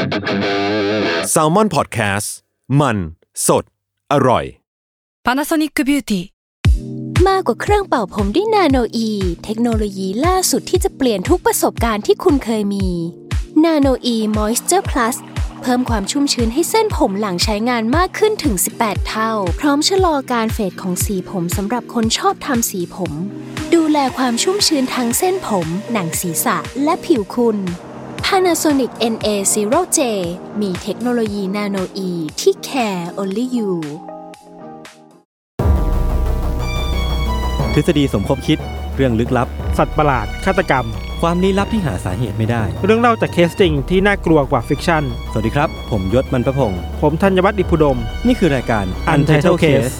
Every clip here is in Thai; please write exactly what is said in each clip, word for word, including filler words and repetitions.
Salmon Podcast มันสดอร่อย Panasonic Beauty มากกว่าเครื่องเป่าผมด้วยนาโนอีเทคโนโลยีล่าสุดที่จะเปลี่ยนทุกประสบการณ์ที่คุณเคยมีนาโนอีมอยส์เจอร์พลัสเพิ่มความชุ่มชื้นให้เส้นผมหลังใช้งานมากขึ้นถึงสิบแปดเท่าพร้อมชะลอการเฟดของสีผมสำหรับคนชอบทำสีผมดูแลความชุ่มชื้นทั้งเส้นผมหนังศีรษะและผิวคุณ Panasonic เอ็น เอ ศูนย์ เจ มีเทคโนโลยีนาโนอีที่ care only you ทฤษฎีสมคบคิดเรื่องลึกลับสัตว์ประหลาดฆาตกรรมความลี้ลับที่หาสาเหตุไม่ได้เรื่องเล่าจากเคสจริงที่น่ากลัวกว่าฟิกชั่นสวัสดีครับผมยศมันประพงษ์ผมธัญวัฒน์อิพุดมนี่คือรายการ Untitled Case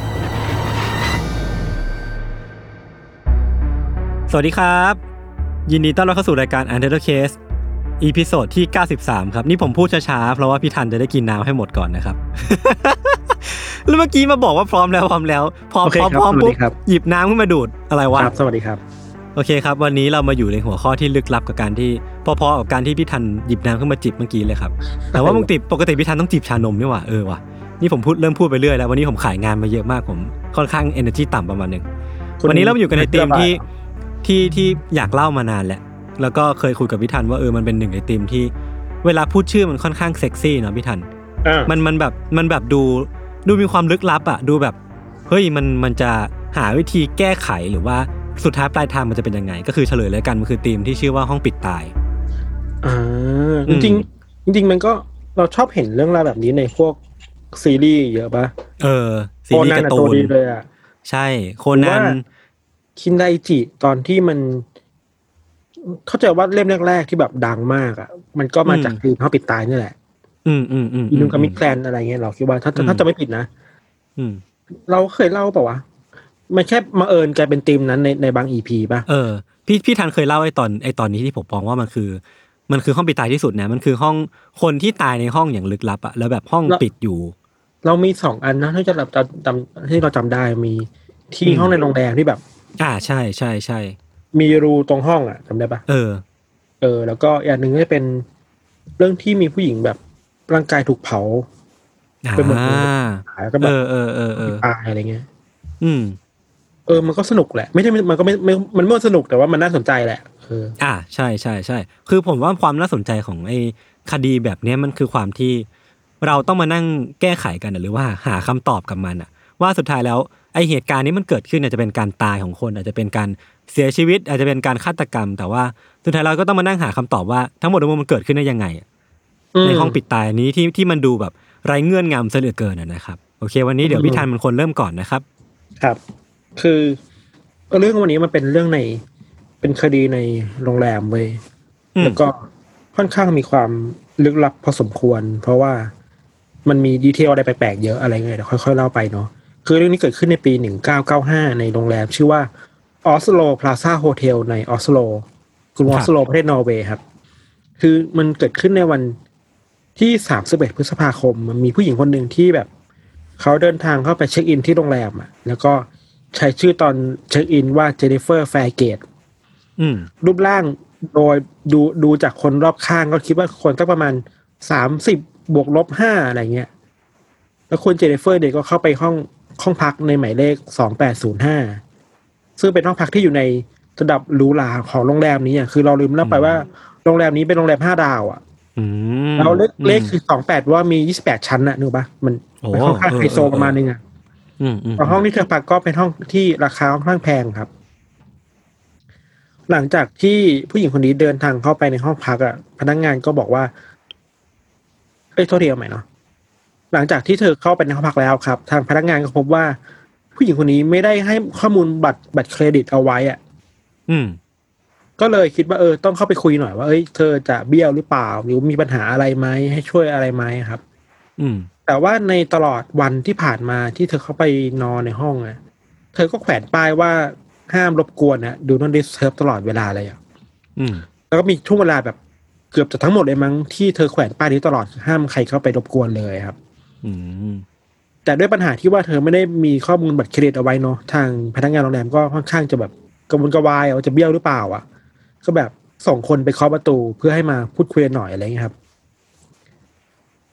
สวัสดีครับยินดีต้อนรับเข้าสู่รายการ Untitled Case อีพิโซดที่เก้าสิบสามครับนี่ผมพูดช้าๆเพราะว่าพี่ทันจะได้กินน้ำให้หมดก่อนนะครับ แล้วเมื่อกี้มาบอกว่าพร้อมแล้วพร้อมแล้วพร้อมพร้อมพร้อมปุ๊บหยิบน้ำขึ้นมาดูดอะไรวะครับสวัสดีครับโอเคครับวันนี้เรามาอยู่ในหัวข้อที่ลึกลับกับการที่พอๆกับการที่พี่ทันหยิบน้ำขึ้นมาจิบเมื่อกี้เลยครับแต่ว่าปกติปกติพี่ทันต้องจิบชานมนี่หว่าเออว่ะนี่ผมพูดเริ่มพูดไปเรื่อยแล้ววันนี้ผมขายงานมาเยอะมากผมค่อนข้าง energy ต่ำประมาณนึงวันนี้เราอยู่กันในธีมที่ที่ที่อยากเล่ามานานแหละแล้วก็เคยคุยกับพี่ทันว่าเออมันเป็นหนึ่งในธีมที่เวลาพูดชื่อมันค่อนข้างเซ็กซี่เนาะพี่ทันมันมันแบบมันแบบดูดูมีความลึกลับอ่ะดูแบบเฮ้ยมันมันจะหาวิธีแก้ไขหรือว่าสุดท้ายปลายทางมันจะเป็นยังไงก็คือเฉลยเลยกันมันคือธีมที่ชื่อว่าห้องปิดตายอ่าจริงๆจริงๆมันก็เราชอบเห็นเรื่องราวแบบนี้ในพวกซีรีส์เยอะป่ะเออซีรีส์การ์ตูนเลยอ่ะใช่โคนันคินไดจิตอนที่มันเข้าใจว่าเล่มแรกๆที่แบบดังมากอ่ะมันก็มาจากธีมห้องปิดตายนี่แหละอืมอืมอืมอินุกามิแคลนอะไรเงี้ยเราคิดว่าถ้าถ้าจะไม่ผิดนะอืมเราเคยเล่าเปล่าวะมันแค่มาเอิญกลายเป็นธีมนั้นในในบาง อี พี ป่ะเออพี่พี่ทันเคยเล่าไอ้ตอนไอ้ตอนนี้ที่ผมมองว่ามันคือมันคือห้องปิดตายที่สุดนะมันคือห้องคนที่ตายในห้องอย่างลึกลับอ่ะแล้วแบบห้องปิดอยู่เรามีสองอันนะที่จะจำจำที่เราจำได้มีที่ห้องในโรงแรมที่แบบอ่าใช่ใช่ใช่มีรูตรงห้องอ่ะจำได้ป่ะเออเออแล้วก็อย่างหนึ่งก็เป็นเรื่องที่มีผู้หญิงแบบร่างกายถูกเผาเป็นหมดเลยแล้วก็แบบเออเออเออเออตายอะไรเงี้ยอืมเออมันก็สนุกแหละไม่ใช่มันก็ไม่ไม่มันไม่สนุกแต่ว่ามันน่าสนใจแหละเอออ่าใช่ใช่ใช่คือผมว่าความน่าสนใจของไอ้คดีแบบนี้มันคือความที่เราต้องมานั่งแก้ไขกันหรือว่าหาคำตอบกับมันอะว่าสุดท้ายแล้วไอ้เหตุการณ์นี้มันเกิดขึ้นอาจจะเป็นการตายของคนอาจจะเป็นการเสียชีวิตอาจจะเป็นการฆาตกรรมแต่ว่าสุดท้ายเราก็ต้องมานั่งหาคำตอบว่าทั้งหมดทั้งมวลมันเกิดขึ้นได้ยังไงในห้องปิดตายนี้ที่ที่มันดูแบบไร้เงื่อนงำซะเหลือเกินนะครับโอเควันนี้เดี๋ยวพี่ทันเป็นคนเริ่มก่อนนะครับครับคือเรื่องวันนี้มันเป็นเรื่องในเป็นคดีในโรงแรมเว้ยแล้วก็ค่อนข้างมีความลึกลับพอสมควรเพราะว่ามันมีดีเทลอะไรแปลกๆเยอะอะไรเงี้ยเดี๋ยวค่อยๆเล่าไปเนาะคือเรื่องนี้เกิดขึ้นในปีหนึ่งพันเก้าร้อยเก้าสิบห้าในโรงแรมชื่อว่าออสโลพลาซ่าโฮเทลในออสโลกรุงออสโลประเทศนอร์เวย์ครับคือมันเกิดขึ้นในวันที่สามสิบเอ็ดพฤษภาคมมันมีผู้หญิงคนหนึ่งที่แบบเขาเดินทางเข้าไปเช็คอินที่โรงแรมอ่ะแล้วก็ใช้ชื่อตอนเช็คอินว่าเจนนิเฟอร์แฟร์เกตรูปร่างโดยดูดูจากคนรอบข้างก็คิดว่าคนตั้งประมาณสามสิบบวกลบห้าอะไรเงี้ยแล้วคนเจนนิเฟอร์เด็กก็เข้าไปห้องห้องพักในหมายเลขสองแปดศูนย์ห้าซึ่งเป็นห้องพักที่อยู่ในระดับหรูหราของโรงแรมนี้อ่ะคือเราลืมเล่าไปว่าโรงแรมนี้เป็นโรงแรมห้าดาวอ่ะเราเลขเลขคือสองแปดว่ามียี่สิบแปดชั้นน่ะนึกป่ะมันเป็นห้องค่อนข้างไฮโซประมาณนึงอ่ะแต่ห้องที่เธอพักก็เป็นห้องที่ราคาค่อนข้างแพงครับหลังจากที่ผู้หญิงคนนี้เดินทางเข้าไปในห้องพักอ่ะพนักงานก็บอกว่าเอ้ยโทษทีเอาใหม่เนาะหลังจากที่เธอเข้าไปในห้องพักแล้วครับทางพนักงานก็พบว่าผู้หญิงคนนี้ไม่ได้ให้ข้อมูลบัตรบัตรเครดิตเอาไว้อ่ะอืมก็เลยคิดว่าเออต้องเข้าไปคุยหน่อยว่าเอ้ยเธอจะเบี้ยวหรือเปล่าหรือมีปัญหาอะไรไหมให้ช่วยอะไรไหมครับอืมแต่ว่าในตลอดวันที่ผ่านมาที่เธอเข้าไปนอนในห้องอ่ะเธอก็แขวนป้ายว่าห้ามรบกวนนะดู not disturb ตลอดเวลาเลยอ่ะอืมแล้วก็มีช่วงเวลาแบบเกือบจะทั้งหมดเลยมั้งที่เธอแขวนป้ายนี้ตลอดห้ามใครเข้าไปรบกวนเลยครับอืมแต่ด้วยปัญหาที่ว่าเธอไม่ได้มีข้อมูลบัตรเครดิตเอาไว้เนาะทางพนักงานโรงแรมก็ค่อนข้างจะแบบกระวนกระวายว่าจะเบี้ยวหรือเปล่าอ่ะก็แบบส่งคนไปเคาะประตูเพื่อให้มาพูดคุยหน่อยอะไรเงี้ยครับ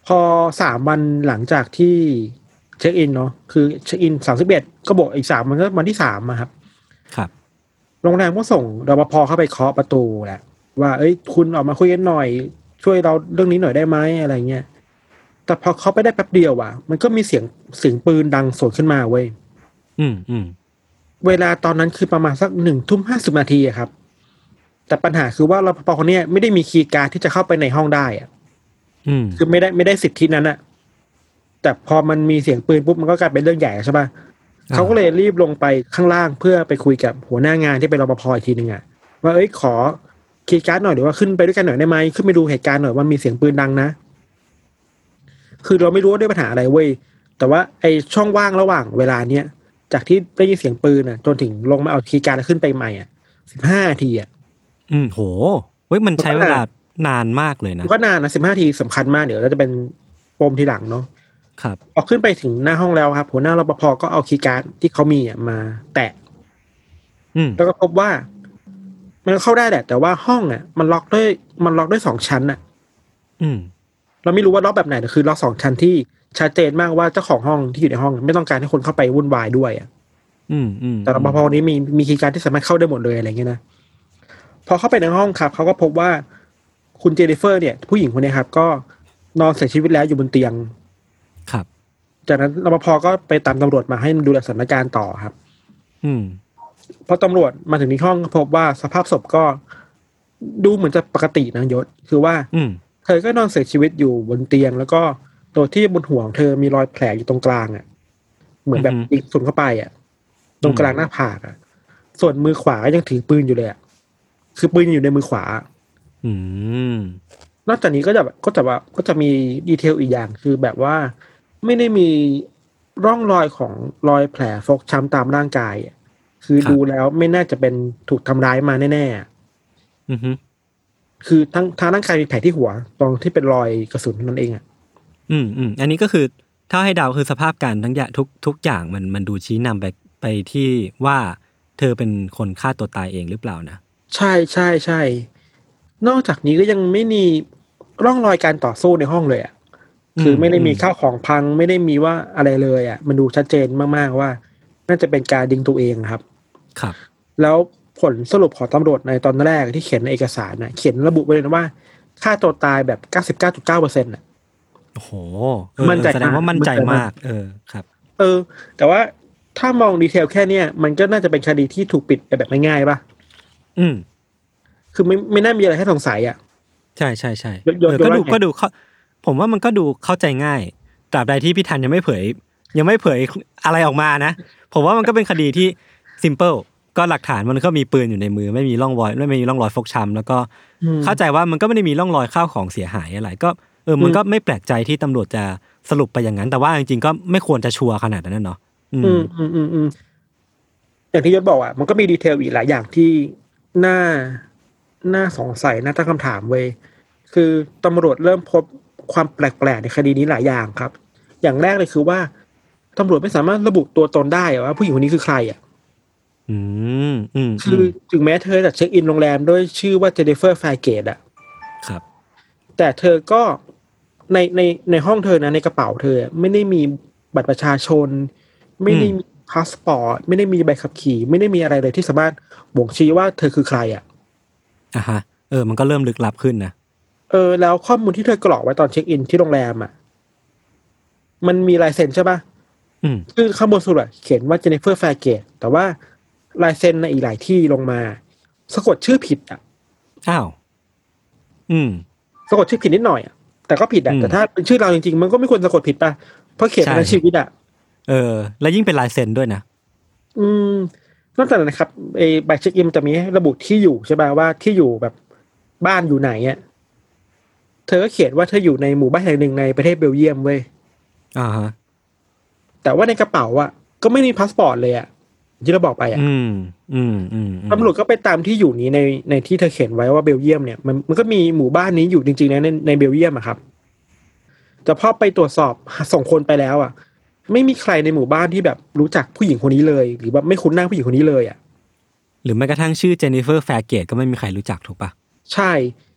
พอสามวันหลังจากที่เช็คอินเนาะคือเช็คอินสามสิบเอ็ดก็บอกอีกสามวันก็วันที่สามอะครับครับโรงแรมก็ส่งรปภเข้าไปเคาะประตูแหละว่าเอ้ยคุณออกมาคุยกันหน่อยช่วยเราเรื่องนี้หน่อยได้ไหมอะไรเงี้ยแต่พอเขาไปได้แป๊บเดียวว่ะมันก็มีเสียงเสียงปืนดังสดขึ้นมาเว้ยอืมอืมเวลาตอนนั้นคือประมาณสักหนึ่งทุ่มห้าสิบนาทีอะครับแต่ปัญหาคือว่ารปภคนนี้ไม่ได้มีคีย์การ์ดที่จะเข้าไปในห้องได้อะอืมคือไม่ได้ไม่ได้สิทธินั้นอะแต่พอมันมีเสียงปืนปุ๊บมันก็กลายเป็นเรื่องใหญ่ใช่ป่ะเขาก็เลยรีบลงไปข้างล่างเพื่อไปคุยกับหัวหน้างานที่เป็นรปภอีกทีนึงอะว่าเอ้ยขอคีย์การ์ดหน่อยหรือว่าขึ้นไปด้วยกันหน่อยได้ไหมขึ้นไปดูเหตุการณ์หน่อยว่ามีเสียงปืนดังนะคือเราไม่รู้ว่าด้วยปัญหาอะไรเว้ยแต่ว่าไอ้ช่องว่างระหว่างเวลาเนี้ยจากที่ได้ยินเสียงปืนอ่ะจนถึงลงมาเอาคีย์การ์ดแล้วขึ้นไปใหม่อ่ะสิบห้านาทีอ่ะอืมโหเว้ยมันใช้เวลานานมากเลยนะก็นานนะสิบห้านาทีสำคัญมากเดี๋ยวเราจะเป็นปมทีหลังเนาะครับพอขึ้นไปถึงหน้าห้องแล้วครับหัวหน้ารปภก็เอาคีย์การ์ดที่เขามีอ่ะมาแตะอืมแล้วก็พบว่ามันเข้าได้แหละแต่ว่าห้องอ่ะมันล็อกด้วยมันล็อกด้วยสองชั้นอ่ะอืมเราไม่รู้ว่าล็อกแบบไหนแต่คือล็อกสองชั้นที่ชัดเจนมากว่าเจ้าของห้องที่อยู่ในห้องไม่ต้องการให้คนเข้าไปวุ่นวายด้วยอ่ะอืมอืมแต่รปภนี้มีมีคีย์การ์ดที่สามารถเข้าได้หมดเลยอะไรเงี้ยนะพอเข้าไปในห้องครับเขาก็พบว่าคุณเจนนิเฟอร์เนี่ยผู้หญิงคนนี้ครับก็นอนเสียชีวิตแล้วอยู่บนเตียงครับจากนั้นรปภก็ไปตามตำรวจมาให้ดูแลสถานการณ์ต่อครับอืมพอตำรวจมาถึงที่ห้องก็พบว่าสภาพศพก็ดูเหมือนจะปกตินะยศคือว่าเธอก็นอนเสียชีวิตอยู่บนเตียงแล้วก็โดยที่บนหัวเธอมีรอยแผลอยู่ตรงกลางอ่ะเหมือนแบบยิงสุนเข้าไปอ่ะตรงกลางหน้าผากอ่ะส่วนมือขวายังถือปืนอยู่เลยอ่ะคือปืนอยู่ในมือขวาอืมนอกจากนี้ก็จะก็จะว่าก็จะมีดีเทลอีกอย่างคือแบบว่าไม่ได้มีร่องรอยของรอยแผลฟกช้ำตามร่างกายคือดูแล้วไม่น่าจะเป็นถูกทำร้ายมาแน่ๆอือฮึคือทั้งทางร่างกายมีแผลที่หัวตรงที่เป็นรอยกระสุนนั่นเองอ่ะอืมอืมอันนี้ก็คือถ้าให้เดาคือสภาพการทั้งอย่างทุกทุกอย่างมันมันดูชี้นำไปไปที่ว่าเธอเป็นคนฆ่าตัวตายเองหรือเปล่านะใช่ใช่ใช่นอกจากนี้ก็ยังไม่มีร่องรอยการต่อสู้ในห้องเลยอ่ะคือไม่ได้มีข้าวของพังไม่ได้มีว่าอะไรเลยอ่ะมันดูชัดเจนมากๆว่าน่าจะเป็นการยิงตัวเองครับครับแล้วผลสรุปของตำรวจในตอนแรกที่เขียนในเอกสารน่ะเขียนระบุไว้เลยนะว่าฆ่าตัวตายแบบ เก้าสิบเก้าจุดเก้าเปอร์เซ็นต์ น่ะโอ้โหมั่นใจแสดงว่ามั่นใจมากเออครับเออแต่ว่าถ้ามองดีเทลแค่เนี้ยมันก็น่าจะเป็นคดีที่ถูกปิดแบบง่ายๆป่ะอืมคือไม่ไม่น่ามีอะไรให้สงสัยอ่ะใช่ใช่ใช่ก็ดูก็ดูเขาผมว่ามันก็ดูเข้าใจง่ายตราบใดที่พี่ทันยังไม่เผยยังไม่เผยอะไรออกมานะผมว่ามันก็เป็นคดีที่ซิมเปิลก็หลักฐานมันก็มีปืนอยู่ในมือไม่มีร่องรอยไม่มีร่องรอยฟกช้ำแล้วก็เข้าใจว่ามันก็ไม่ได้มีร่องรอยข้าวของเสียหายอะไรก็เออมันก็ไม่แปลกใจที่ตำรวจจะสรุปไปอย่างนั้นแต่ว่าจริงๆก็ไม่ควรจะชัวร์ขนาดนั้นเนาะอืมอืมอืมอืมอย่างที่ยศบอกอ่ะมันก็มีดีเทลอีกหลายอย่างที่น่าน่าสงสัยน่าตั้งคำถามเว้ยคือตำรวจเริ่มพบความแปลกๆในคดีนี้หลายอย่างครับอย่างแรกเลยคือว่าตำรวจไม่สามารถระบุตัวตนได้ว่าผู้หญิงคนนี้คือใครอ่ะอืมอืมคือถึงแม้เธอจะเช็คอินโรงแรมด้วยชื่อว่าเจนนิเฟอร์แฟร์เกตอ่ะครับแต่เธอก็ในในในห้องเธอนะในกระเป๋าเธอไม่ได้มีบัตรประชาชนไม่ได้มีพาสปอร์ตไม่ได้มีใบขับขี่ไม่ได้มีอะไรเลยที่สามารถบ่งชี้ว่าเธอคือใครอ่ะอ่ะฮะเออมันก็เริ่มลึกลับขึ้นนะเออแล้วข้อมูลที่เธอกรอกไว้ตอนเช็คอินที่โรงแรมอ่ะมันมีลายเซ็นใช่ป่ะอืมคือข้างบนสุดอ่ะเขียนว่าเจนนิเฟอร์แฟร์เกตแต่ว่าลายเซ็นในอีกหลายที่ลงมาสะกดชื่อผิดอ่ะอ้าวอืมสะกดชื่อผิดนิดหน่อยอ่ะแต่ก็ผิดอ่ะแต่ถ้าเป็นชื่อเราจริงๆมันก็ไม่ควรสะกดผิดป่ะเพราะเขียนเป็นชีวิตอ่ะเออแล้วยิ่งเป็นลายเซ็นด้วยนะอืมนอกจากนั้นนะครับไอ้ใบเช็คอินจะมีระบุที่อยู่ใช่ป่ะว่าที่อยู่แบบบ้านอยู่ไหนอ่ะเธอก็เขียนว่าเธออยู่ในหมู่บ้านแห่งหนึ่งในประเทศเบลเยียมเว้ยอ่าฮะแต่ว่าในกระเป๋าอ่ะก็ไม่มีพาสปอร์ตเลยอ่ะที่เราบอกไปอ่ะอืมอืมอืมตำรวจก็ไปตามที่อยู่นี้ในในที่เธอเขียนไว้ว่าเบลเยียมเนี่ยมันมันก็มีหมู่บ้านนี้อยู่จริงๆนะในในเบลเยียมอะครับแต่พอไปตรวจสอบส่งคนไปแล้วอ่ะไม่มีใครในหมู่บ้านที่แบบรู้จักผู้หญิงคนนี้เลยหรือว่าไม่คุ้นหน้าผู้หญิงคนนี้เลยอ่ะหรือแม้กระทั่งชื่อเจนนิเฟอร์แฟร์เกตก็ไม่มีใครรู้จักถูกปะใช่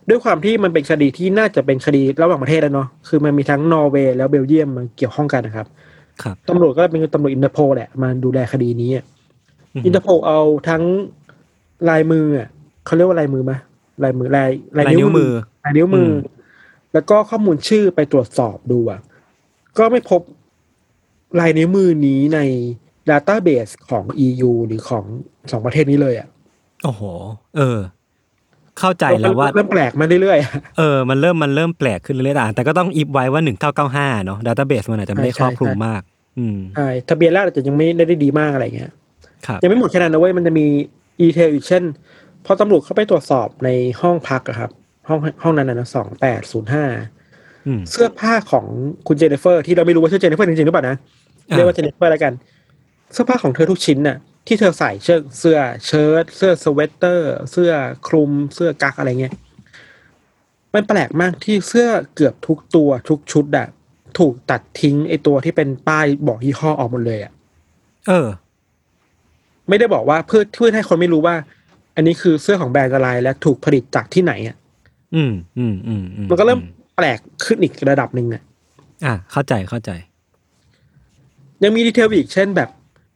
ด้วยความที่มันเป็นคดีที่น่าจะเป็นคดีระหว่างประเทศแล้วเนาะคือมันมีทั้งนอร์เวย์แล้วเบลเยียมมาเกี่ยวข้องกันนะครับครับตำรวจก็เป็นตำรวจอินเตอร์โพลแหละมาดูแลคดีนี้อินเตอร์โพลเอาทั้งลายมืออ่ะเขาเรียกว่าลายมือไหมลายมือลายลายนิ้วมือลายนิ้วมือแล้วก็ข้อมูลชื่อไปตรวจสอบดูอ่ะก็ไม่พบลายนิ้วมือนี้ในดัตต้าเบสของ อี ยู หรือของสองประเทศนี้เลยอ่ะโอ้โหเออเข้าใจแล้วว่าเริ่มแปลกมาเรื่อยๆเออมันเริ่มมันเริ่มแปลกขึ้นเรื่อยๆแต่ก็ต้องอิฟไว้ว่าหนึ่งเก้าเก้าห้าเนาะดัตต้าเบสมันอาจจะไม่ได้ครอบคลุมมากอืมใช่ทะเบียนราษฎร์อาจจะยังไม่ได้ดีมากอะไรเงี้ยยังไม่หมดแค่นั้นนะเว้ยมันจะมีดีเทลอีกเช่นพอตำรวจเข้าไปตรวจสอบในห้องพักอะครับห้องห้องนั้นนะสองแปดศูนย์ห้าเสื้อผ้าของคุณเจนนิเฟอร์ที่เราไม่รู้ว่าชื่อเจนนิเฟอร์จริงๆหรือเปล่านะเรียกว่าเจนนิเฟอร์แล้วกันเสื้อผ้าของเธอทุกชิ้นน่ะที่เธอใส่เสื้อเสื้อเชิ้ตเสื้อสเวตเตอร์เสื้อคลุมเสื้อกั๊กอะไรเงี้ยมันแปลกมากที่เสื้อเกือบทุกตัวทุกชุดอะถูกตัดทิ้งไอตัวที่เป็นป้ายบอกยี่ห้อออกหมดเลยอะเออไม่ได้บอกว่าเพื่อเพื่อให้คนไม่รู้ว่าอันนี้คือเสื้อของแบรนด์อะไรและถูกผลิตจากที่ไหนอ่ะอืมอืมอืมมันก็เริ่มแปลกขึ้นอีกระดับหนึ่งอ่ะอ่ะเข้าใจเข้าใจยังมีดีเทลอีกเช่นแบบ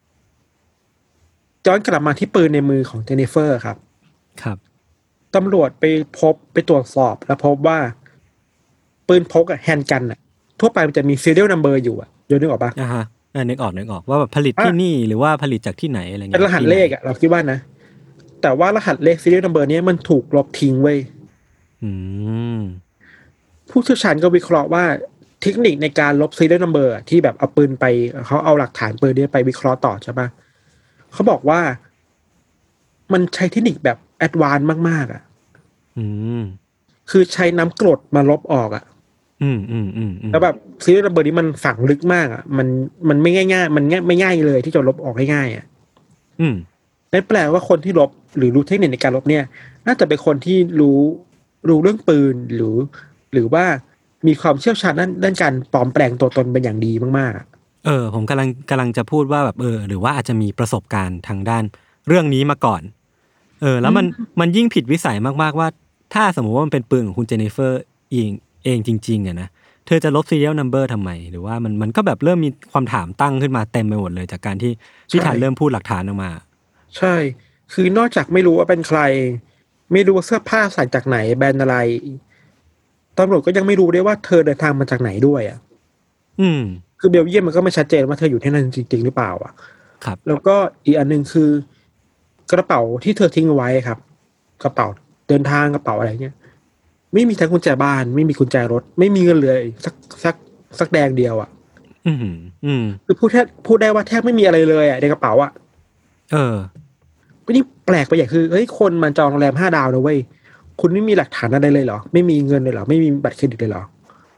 ย้อนกลับมาที่ปืนในมือของเจนนิเฟอร์ครับครับตำรวจไปพบไปตรวจสอบแล้วพบว่าปืนพกอ่ะแฮนด์กันอ่ะทั่วไปมันจะมี serial number อยู่อ่ะโยนนึกออกปะอ่าฮะนึกออกนึกออกว่าแบบผลิตที่นี่หรือว่าผลิตจากที่ไหนอะไรเงี้ยเป็นรหัสเลขอ่ะเราคิดว่านะแต่ว่ารหัสเลข serial number นี้มันถูกลบทิ้งไว้อืมผู้เชี่ยวชาญก็วิเคราะห์ว่าเทคนิคในการลบ serial number ที่แบบเอาปืนไปเขาเอาหลักฐานปืนนี้ไปวิเคราะห์ต่อใช่ปะเขาบอกว่ามันใช้เทคนิคแบบแอดวานซ์มากๆอ่ะอืมคือใช้น้ำกรดมาลบออกอ่ะอืมอืมอืมแล้วแบบซีรีส์ระเบิดนี้มันฝังลึกมากอ่ะมันมันไม่ง่ายๆมันง่ายไม่ง่ายเลยที่จะลบออกง่ายๆอ่ะอืมนั่นแปลว่าคนที่ลบหรือรู้เทคนิคในการลบเนี่ยน่าจะเป็นคนที่รู้รู้เรื่องปืนหรือหรือว่ามีความเชี่ยวชาญด้านด้านการปลอมแปลงตัวตนเป็นอย่างดีมากๆเออผมกำลังกำลังจะพูดว่าแบบเออหรือว่าอาจจะมีประสบการณ์ทางด้านเรื่องนี้มาก่อนเออแล้วมันมันยิ่งผิดวิสัยมากๆว่าถ้าสมมติว่ามันเป็นปืนของคุณเจนนิเฟอร์เองเองจริงๆอ่ะนะเธอจะลบ serial number ทำไมหรือว่ามันมันก็แบบเริ่มมีความถามตั้งขึ้นมาเต็มไปหมดเลยจากการที่พี่ธันเริ่มพูดหลักฐานออกมาใช่คือนอกจากไม่รู้ว่าเป็นใครไม่รู้ว่าเสื้อผ้าใส่จากไหนแบรนด์อะไรตำรวจก็ยังไม่รู้ได้ว่าเธอเดินทางมาจากไหนด้วยอ่ะอืมคือเบลเยียมมันก็ไม่ชัดเจนว่าเธออยู่ที่นั่นจริงๆหรือเปล่าอ่ะครับแล้วก็อีกอันนึงคือกระเป๋าที่เธอทิ้งเอาไว้ครับกระเป๋าเดินทางกระเป๋าอะไรเงี้ยไม่มีทั้งกุญแจบ้านไม่มีกุญแจรถไม่มีเงินเลยสักสักสักแดงเดียวอ่ะอืมอืมคือพูดแทบพูดได้ว่าแทบไม่มีอะไรเลยอ่ะในกระเป๋าอ่ะเออก็นี่แปลกไปอย่างคือเฮ้ยคนมันจองโรงแรมห้าดาวนะเว้ยคุณไม่มีหลักฐานอะไรเลยเหรอไม่มีเงินเลยเหรอไม่มีบัตรเครดิตเลยเหรอ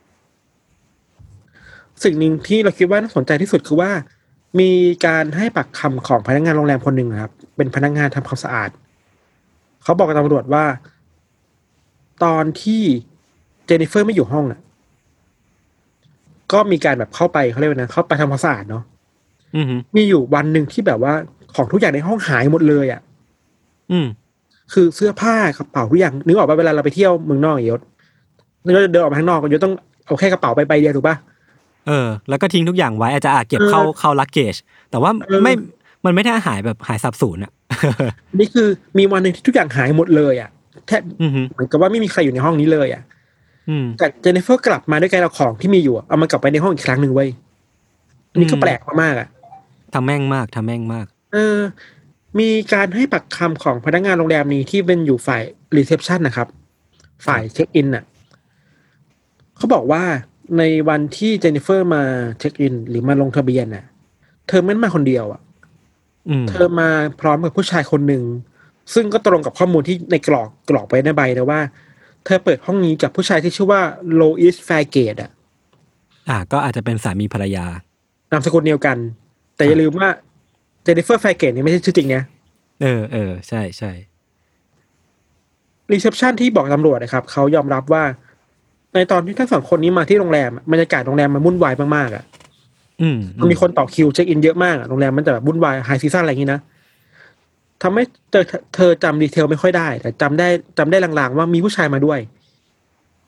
สิ่งหนึ่งที่เราคิดว่าน่าสนใจที่สุดคือว่ามีการให้ปากคำของพนักงานโรงแรมคนหนึ่งครับเป็นพนักงานทำความสะอาดเขาบอกกับตำรวจว่าตอนที่เจนนิเฟอร์ไม่อยู่ห้องอ่ะก็มีการแบบเข้าไปเขาเรียกว่านะเข้าไปทำความสะอาดเนาะมีอยู่วันหนึ่งที่แบบว่าของทุกอย่างในห้องหายหมดเลยอ่ะอืมคือเสื้อผ้ากระเป๋าทุกอย่างนึกออกป่ะเวลาเราไปเที่ยวเมืองนอกอย่างยศเราเดินออกมาข้างนอกก็ยศต้องเอาแค่กระเป๋าไปใบเดียวถูกป่ะเออแล้วก็ทิ้งทุกอย่างไว้อาจจะอาจเก็บเข้าเข้าลักเกจแต่ว่าไม่มันไม่ได้หายแบบหายสับสูญอ่ะนี่คือมีวันนึงที่ทุกอย่างหายหมดเลยอ่ะแทบเหมือนกับว่าไม่มีใครอยู่ในห้องนี้เลยอ่ะแต่เจนนิเฟอร์กลับมาด้วยการเอาของที่มีอยู่เอามันกลับไปในห้องอีกครั้งหนึ่งไว้อันนี้ก็แปลกมากๆอ่ะทำแม่งมากทำแม่งมากเออมีการให้ปากคำของพนักงานโรงแรมนี้ที่เป็นอยู่ฝ่ายรีเซพชันนะครับฝ่ายเช็คอินน่ะเขาบอกว่าในวันที่เจนนิเฟอร์มาเช็คอินหรือมาลงทะเบียนน่ะเธอไม่ได้มาคนเดียวอ่ะเธอมาพร้อมกับผู้ชายคนหนึ่งซึ่งก็ตรงกับข้อมูลที่ในกรอกกรอกไปในใบนะว่าเธอเปิดห้องนี้จากผู้ชายที่ชื่อว่าโลอิสแฟร์เกตอ่ะอ่าก็อาจจะเป็นสามีภรรยานามสกุลเดียวกันแต่อย่าลืมว่าเจนนิเฟอร์แฟร์เกตนี่ไม่ใช่ชื่อจริงนะเออเออใช่ใช่รีเซพชันที่บอกตำรวจนะครับเขายอมรับว่าในตอนที่ทั้งสองคนนี้มาที่โรงแรมบรรยากาศโรงแรมมันวุ่นวายมากๆอ่ะอืมมันมีคนต่อคิวเช็คอินเยอะมากโรงแรมมันจะแบบวุ่นวายไฮซีซั่นอะไรอย่างนี้นะทำให้เธอเธอจำดีเทลไม่ค่อยได้แต่จำได้จำได้ลางๆว่ามีผู้ชายมาด้วย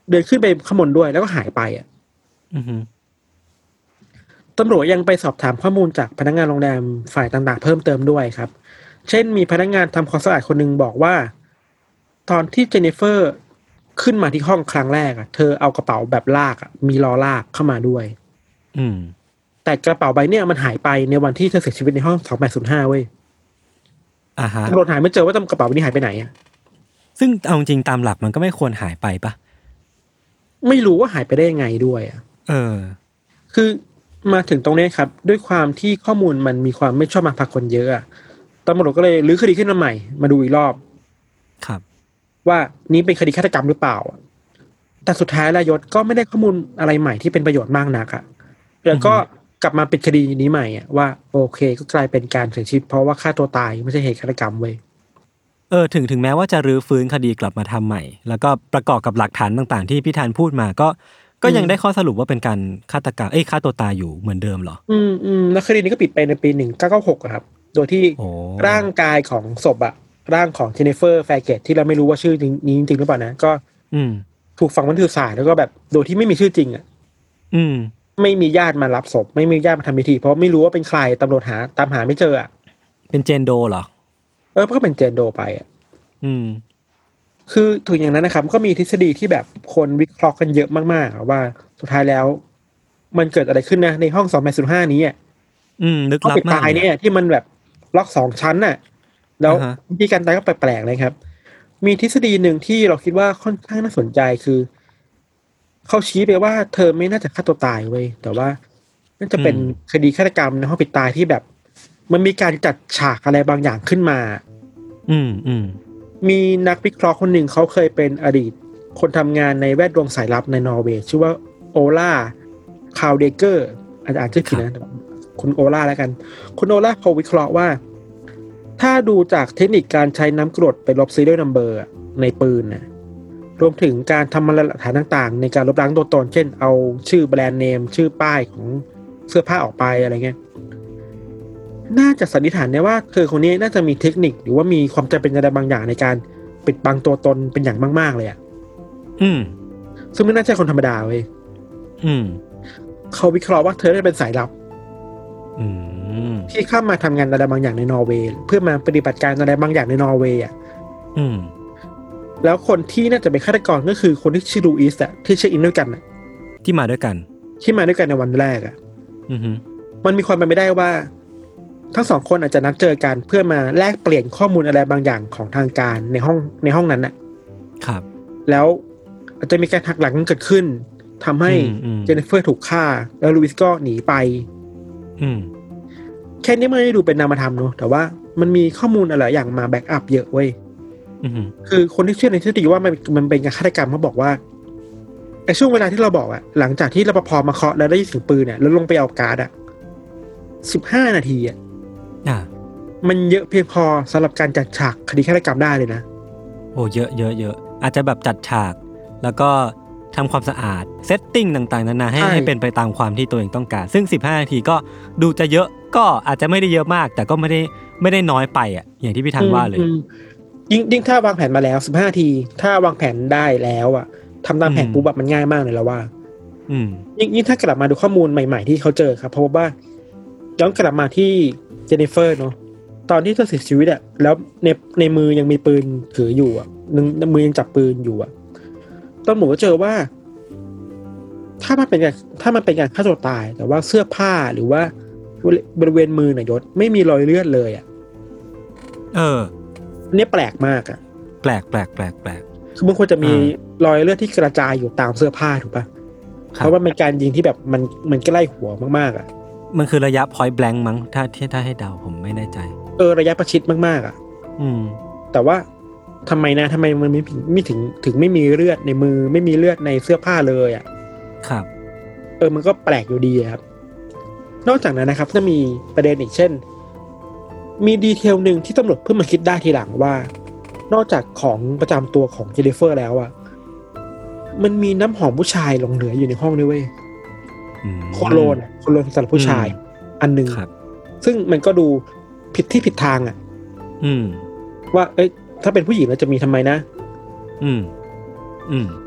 เดินขึ้นไปข้างบนด้วยแล้วก็หายไปอ่ะอือฮึตำรวจยังไปสอบถามข้อมูลจากพนักงานโรงแรมฝ่ายต่างๆเพิ่มเติมด้วยครับเช่นมีพนักงานทำความสะอาดคนนึงบอกว่าตอนที่เจนนิเฟอร์ขึ้นมาที่ห้องครั้งแรกอ่ะเธอเอากระเป๋าแบบลากอ่ะมีล้อลากเข้ามาด้วยอืมแต่กระเป๋าใบเนี้ยมันหายไปในวันที่เธอเสียชีวิตในห้องสองแปดศูนย์ห้าเว้ยอ่าฮะตำรวจหาไม่เจอว่ากระเป๋าใบนี้หายไปไหนอ่ะซึ่งเอาจริงตามหลักมันก็ไม่ควรหายไปปะไม่รู้ว่าหายไปได้ยังไงด้วยอ่ะเออคือมาถึงตรงนี้ครับด้วยความที่ข้อมูลมันมีความไม่ชอบมาพากลเยอะอ่ะตำรวจก็เลยรื้อคดีขึ้นมาใหม่มาดูอีกรอบครับว่านี้เป็นคดีฆาตกรรมหรือเปล่าแต่สุดท้ายแล้วยศก็ไม่ได้ข้อมูลอะไรใหม่ที่เป็นประโยชน์มากนักอ่ะแล้วก็กลับมาปิดคดีนี้ใหม่อ่ะว่าโอเคก็กลายเป็นการเสียชีวิตเพราะว่าฆ่าตัวตายไม่ใช่เหตุฆาตกรรมเว้ยเออถึงถึงแม้ว่าจะรื้อฟื้นคดีกลับมาทำใหม่แล้วก็ประกอบกับหลักฐานต่างๆที่พี่ธันพูดมาก็ก็ยังได้ข้อสรุปว่าเป็นการฆาตกรรมเอ้ยฆ่าตัวตายอยู่เหมือนเดิมเหรออืมอืมแล้วคดีนี้ก็ปิดไปในปีหนึ่งเก้าเก้าหกอะครับโดยที่ร่างกายของศพอะร่างของเจนนิเฟอร์แฟร์เกตที่เราไม่รู้ว่าชื่อนี้จริงหรือเปล่านะก็ถูกฝังบนถือสายแล้วก็แบบโดยที่ไม่มีชื่อจริงอะอืมไม่มีญาติมารับศพไม่มีญาติมาทำพิธีเพราะไม่รู้ว่าเป็นใครตำรวจหาตามหาไม่เจออะเป็นเจนโดเหรอเออก็เป็นเจนโดไปอะอืมคือถึงอย่างนั้นนะครับก็มีทฤษฎีที่แบบคนวิเคราะห์กันเยอะมากๆว่าสุดท้ายแล้วมันเกิดอะไรขึ้นนะในห้องสองแปดศูนย์ห้านี้อ่ะอืมลึกลับมากตายเนี่ยที่มันแบบล็อกสองชั้นน่ะแล้ววิธีการตายก็แปลกๆเลยครับมีทฤษฎีหนึ่งที่เราคิดว่าค่อนข้างน่าสนใจคือเขาชี้ไปว่าเธอไม่น่าจะฆ่าตัวตายเว้ยแต่ว่าน่าจะเป็นคดีฆาตกรรมในห้องปิดตายที่แบบมันมีการจัดฉากอะไรบางอย่างขึ้นมาอืมอืมมีนักวิเคราะห์คนหนึ่งเขาเคยเป็นอดีตคนทำงานในแวดวงสายลับในนอร์เวย์ชื่อว่าโอลาคาวเดเกอร์อาจจะอ่านชื่อผิดนะคุณโอลาแล้วกันคุณโอลาเขาวิเคราะห์ว่าถ้าดูจากเทคนิคการใช้น้ำกรดไปลบ serial number ในปืนนะรวมถึงการทำมาหลักฐานต่างๆในการลบล้างตัวตนเช่นเอาชื่อแบรนด์เนมชื่อป้ายของเสื้อผ้าออกไปอะไรเงี้ยน่าจะสันนิษฐานได้ว่าเธอคนนี้น่าจะมีเทคนิคหรือว่ามีความจำเป็นอะไรบางอย่างในการปิดบังตัวตนเป็นอย่างมากๆเลยอ่ะอืมซึ่งไม่น่าใช่คนธรรมดาเว้ยอืมเขาวิเคราะห์ว่าเธอได้เป็นสายลับอืมที่เข้ามาทำงานอะไรบางอย่างในนอร์เวย์เพื่อมาปฏิบัติการอะไรบางอย่างในนอร์เวย์อ่ะอืมแล้วคนที่น่าจะเป็นฆาตกรก็คือคนที่ชื่อลูอิสอ่ะที่เช็คอินด้วยกันอ่ะที่มาด้วยกันที่มาด้วยกันในวันแรกอ่ะอือฮึมันมีความเป็นไปได้ว่าทั้งสองคนอาจจะนัดเจอกันเพื่อมาแลกเปลี่ยนข้อมูลอะไรบางอย่างของทางการในห้องในห้องนั้นน่ะครับแล้วอาจจะมีการหักหลังเกิดขึ้นทำให้เจนนิเฟอร์ถูกฆ่าแล้วลูอิสก็หนีไปอืมแค่นี้มันไม่ได้ดูเป็นนามธรรมเนอะแต่ว่ามันมีข้อมูลอะไรอย่างมาแบ็กอัพเยอะเว้ยคือคนที่เชื่อในทฤษฎีว่ามันมันเป็นการฆาตกรรมเขาบอกว่าไอ้ช่วงเวลาที่เราบอกอะหลังจากที่รปภมาเคาะแล้วได้ยินเสียงปืนเนี่ยแล้วลงไปเอาการ์ดอะสิบห้านาทีอะอ่ามันเยอะเพียงพอสำหรับการจัดฉากคดีฆาตกรรมได้เลยนะโอ้เยอะเยอะเยอะอาจจะแบบจัดฉากแล้วก็ทำความสะอาดเซตติ้งต่างๆนานาให้ให้เป็นไปตามความที่ตัวเองต้องการซึ่งสิบห้านาทีก็ดูจะเยอะก็อาจจะไม่ได้เยอะมากแต่ก็ไม่ได้ไม่ได้น้อยไปอ่ะอย่างที่พี่ธันว่าเลยยิ่งยิ่งถ้าวางแผนมาแล้วสิบห้านาทีถ้าวางแผนได้แล้วอ่ะทำตามแผนปุ๊บแบบมันง่ายมากเลยแล้วว่าอืมยิ่งยิ่งถ้ากลับมาดูข้อมูลใหม่ๆที่เขาเจอครับเพราะว่าย้อนกลับมาที่เจนนิเฟอร์เนาะตอนที่เธอเสียชีวิตอ่ะแล้วในในมือยังมีปืนถืออยู่อ่ะนึงมือยังจับปืนอยู่อ่ะตำรวจก็เจอว่าถ้ามันเป็นการถ้ามันเป็นการฆ่าตัวตายแต่ว่าเสื้อผ้าหรือว่าบริเวณมือน่ะยศไม่มีรอยเลือดเลยอ่ะเออเนี่ยแปลกมากอ่ะแปลกแปลกแปลกแปลกคือมันควรจะมีรอยเลือดที่กระจายอยู่ตามเสื้อผ้าถูกป่ะเพราะว่าเป็นการยิงที่แบบมันมันใกล้หัวมากๆอ่ะมันคือระยะ point blank มั้งถ้าถ้าให้เดาผมไม่แน่ใจเออระยะประชิดมากๆอ่ะอืมแต่ว่าทำไมนะทำไมมันไม่ไม่ถึงถึงไม่มีเลือดในมือไม่มีเลือดในเสื้อผ้าเลยอ่ะครับเออมันก็แปลกอยู่ดีครับนอกจากนั้นนะครับจะมีประเด็นอีกเช่นมีดีเทลหนึ่งที่ตำรวจเพิ่งมาคิดได้ทีหลังว่านอกจากของประจำตัวของเจนนิเฟอร์แล้วอ่ะมันมีน้ำหอมผู้ชายหลงเหลืออยู่ในห้องด้วยเว้ยโคโลนโคโลนสำหรับผู้ชายอันนึงซึ่งมันก็ดูผิดที่ผิดทางอ่ะอืมว่าเอ้ยถ้าเป็นผู้หญิงแล้วจะมีทำไมนะอืมอืม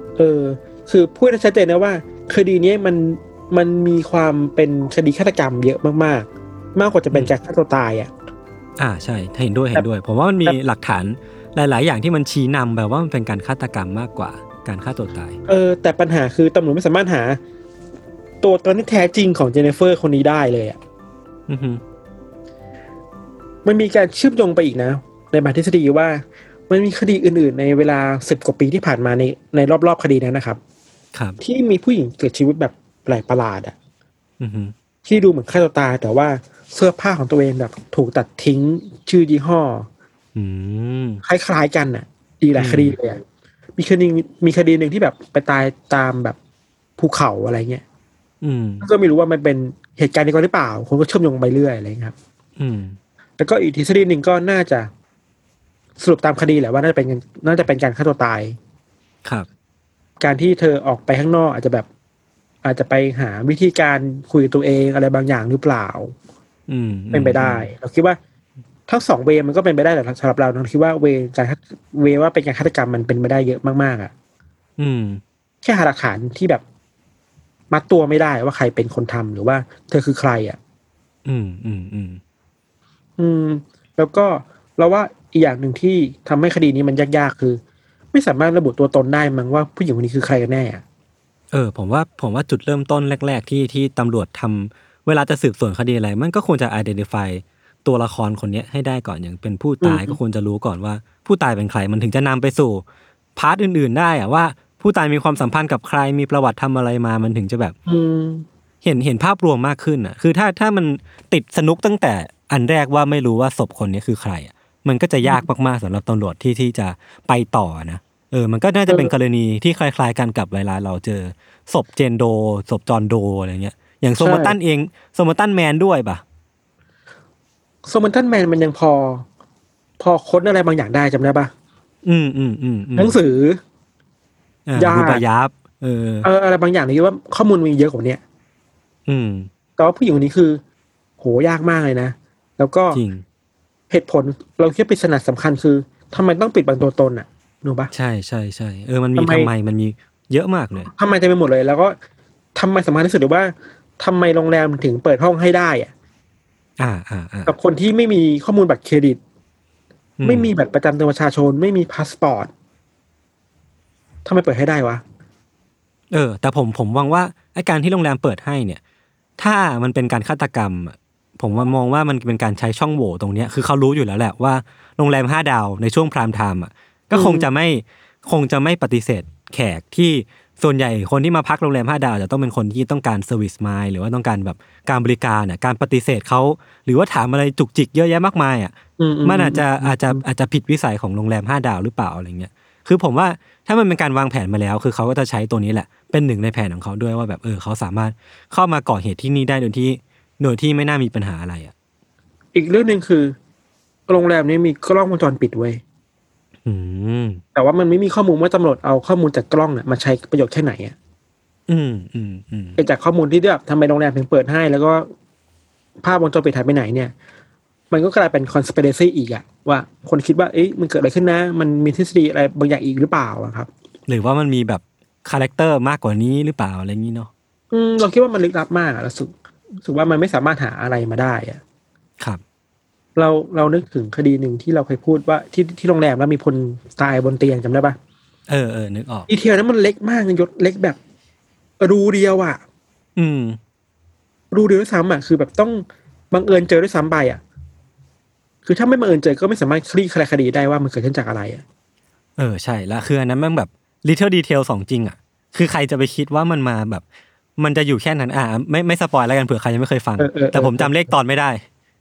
เออคือพูดให้ชัดเจนนะว่าคดีนี้มันมันมีความเป็นคดีฆาตกรรมเยอะมากๆมากกว่าจะเป็นการฆ่าตัวตายอ่ะอ่าใช่เห็นด้วยเห็นด้วยผมว่ามันมีหลักฐานหลายๆอย่างที่มันชี้นำแบบว่ามันเป็นการฆาตกรรมมากกว่าการฆ่าตัวตายเออแต่ปัญหาคือตำรวจไม่สามารถหาตัวตนที่แท้จริงของเจเนฟเฟอร์คนนี้ได้เลยอ่ะอือฮึมันมีการเชื่อมโยงไปอีกนะในบางทฤษฎีว่ามันมีคดีอื่นๆในเวลาสิบกว่าปีที่ผ่านมาในในรอบๆคดีนั้นนะครับครับที่มีผู้หญิงเกิดชีวิตแบบแปลกประหลาดอ่ะอือฮึที่ดูเหมือนฆ่าตัวตายแต่ว่าเสื้อผ้าของตัวเองแบบถูกตัดทิ้งชื่อยี่ห้ออืมคล้ายๆกันน่ะอีกหลายคดีเลยอ่ะมีคดีมีคดีหนึ่งที่แบบไปตายตามแบบภูเขาอะไรเงี้ยอืมก็ไม่รู้ว่ามันเป็นเหตุการณ์นี้ก่อนหรือเปล่าคนก็เชื่อมโยงไปเรื่อยอะไรครับอืมแล้วก็อีกทฤษฎีหนึ่งก็น่าจะสรุปตามคดีแหละว่าน่าจะเป็นน่าจะเป็นการฆ่าตัวตายครับการที่เธอออกไปข้างนอกอาจจะแบบอาจจะไปหาวิธีการคุยกับตัวเองอะไรบางอย่างหรือเปล่าอืมเป็นไปได้เราคิดว่าทั้งสองเวมันก็เป็นไปได้แต่สำหรับเราเราคิดว่าเวการเวว่าเป็นการฆาตกรรมมันเป็นไปได้เยอะมากๆอ่ะอืมแค่หาหลักฐานที่แบบมัดตัวไม่ได้ว่าใครเป็นคนทำหรือว่าเธอคือใครอ่ะอืมอืมอืมอืมแล้วก็เราว่าอีกอย่างหนึ่งที่ทำให้คดีนี้มันยากๆคือไม่สามารถระบุตัวตนได้มั้งว่าผู้หญิงคนนี้คือใครกันแน่เออผมว่าผมว่าจุดเริ่มต้นแรกๆที่ที่ตำรวจทำเวลาจะสืบสวนคดีอะไรมันก็ควรจะ identify ตัวละครคนนี้ให้ได้ก่อนอย่างเป็นผู้ตายก็ควรจะรู้ก่อนว่าผู้ตายเป็นใครมันถึงจะนำไปสู่พาร์ทอื่นๆได้อะว่าผู้ตายมีความสัมพันธ์กับใครมีประวัติทำอะไรมามันถึงจะแบบเห็นเห็นภาพรวมมากขึ้นอ่ะคือถ้าถ้ามันติดสนุกตั้งแต่อันแรกว่าไม่รู้ว่าศพคนนี้คือใครอ่ะมันก็จะยากมากๆสำหรับตำรวจที่ที่จะไปต่อนะเออมันก็น่าจะเป็นกรณีที่คล้ายๆกันกับเวลาเราเจอศพเจนโดศพจอห์นโดอะไรเงี้ยอย่างโซมตันเองโซมตันแมนด้วยป่ะโซมตันแมนมันยังพอพอค้นอะไรบางอย่างได้จำได้ป่ะอืมอืมอืมหนังสือญาติยับเออเอออะไรบางอย่างนี่ว่าข้อมูลมีเยอะกว่านี้อืมแต่ว่าผู้หญิงคนนี้คือโหยากมากเลยนะแล้วก็เหตุผลเราคิดเป็นปริศนาสำคัญคือทำไมต้องปิดบังตัวตนอ่ะรู้ป่ะใช่ใช่ใช่เออมันมีทำไมมันมีเยอะมากเลยทำไมจะไปหมดเลยแล้วก็ทำไมสำคัญที่สุดหรือว่าทำไมโรงแรมถึงเปิดห้องให้ได้อ่ะอ่าอ่าอ่ากับคนที่ไม่มีข้อมูลบัตรเครดิตไม่มีบัตรประจำตัวประชาชนไม่มีพาสปอร์ตทำไมเปิดให้ได้วะเออแต่ผมผมมองว่าไอ้การที่โรงแรมเปิดให้เนี่ยถ้ามันเป็นการฆาตกรรมผมมองว่ามันเป็นการใช้ช่องโหว่ตรงนี้คือเขารู้อยู่แล้วแหละว่าโรงแรมห้าดาวในช่วงพรามไทม์อ่ะก็คงจะไม่คงจะไม่ปฏิเสธแขกที่ส่วนใหญ่คนที่มาพักโรงแรมห้าดาวจะต้องเป็นคนที่ต้องการเซอร์วิสมายหรือว่าต้องการแบบการบริการน่ะการปฏิเสธเขาหรือว่าถามอะไรจุกจิกเยอะแยะมากมายอ่ะมันอาจจะอาจจะอาจจะผิดวิสัยของโรงแรมห้าดาวหรือเปล่าอะไรเงี้ยคือผมว่าถ้ามันเป็นการวางแผนมาแล้วคือเขาก็จะใช้ตัวนี้แหละเป็นหนึ่งในแผนของเขาด้วยว่าแบบเออเขาสามารถเข้ามาก่อเหตุที่นี่ได้โดยที่โดยที่ไม่น่ามีปัญหาอะไรอ่ะอีกเรื่องนึงคือโรงแรมนี้มีกล้องวงจรปิดไว้แต่ว่ามันไม่มีข้อมูลว่าตำรวจเอาข้อมูลจากกล้องเนี่ยมาใช้ประโยชน์แค่ไหนอ่ะอืมอืมอืมจากข้อมูลที่แบบทำไมโรงแรมถึงเปิดให้แล้วก็ภาพวงจรปิดหายไปไหนเนี่ยมันก็กลายเป็น conspiracy อีกอ่ะว่าคนคิดว่าเอ๊ะมันเกิดอะไรขึ้นนะมันมีทฤษฎีอะไรบางอย่างอีกหรือเปล่าครับหรือว่ามันมีแบบคาแรคเตอร์มากกว่านี้หรือเปล่าอะไรอย่างนี้เนาะอืมเราคิดว่ามันลึกลับมากอ่ะรู้สึกรู้สึกว่ามันไม่สามารถหาอะไรมาได้อ่ะครับเราเรานึกถึงคดีหนึ่งที่เราเคยพูดว่าที่ที่โรงแรมแล้วมีคนตายบนเตียงจำได้ปะเออเออนึกออกดีเทลนั้นมันเล็กมากยศเล็กแบบรูเดียวอ่ะอืมรูเดียวด้วยซ้ำอ่ะคือแบบต้องบังเอิญเจอด้วยซ้ำไปอ่ะคือถ้าไม่บังเอิญเจอก็ไม่สามารถคลี่คลายคดีได้ว่ามันเกิดขึ้นจากอะไรอ่ะเออใช่แล้วคืออันนั้นมันแบบ little detail สองจริงอ่ะคือใครจะไปคิดว่ามันมาแบบมันจะอยู่แค่นั้นอ่ะไม่ไม่สปอยแล้วกันเผื่อใครยังไม่เคยฟังแต่ผมจำเลขตอนไม่ได้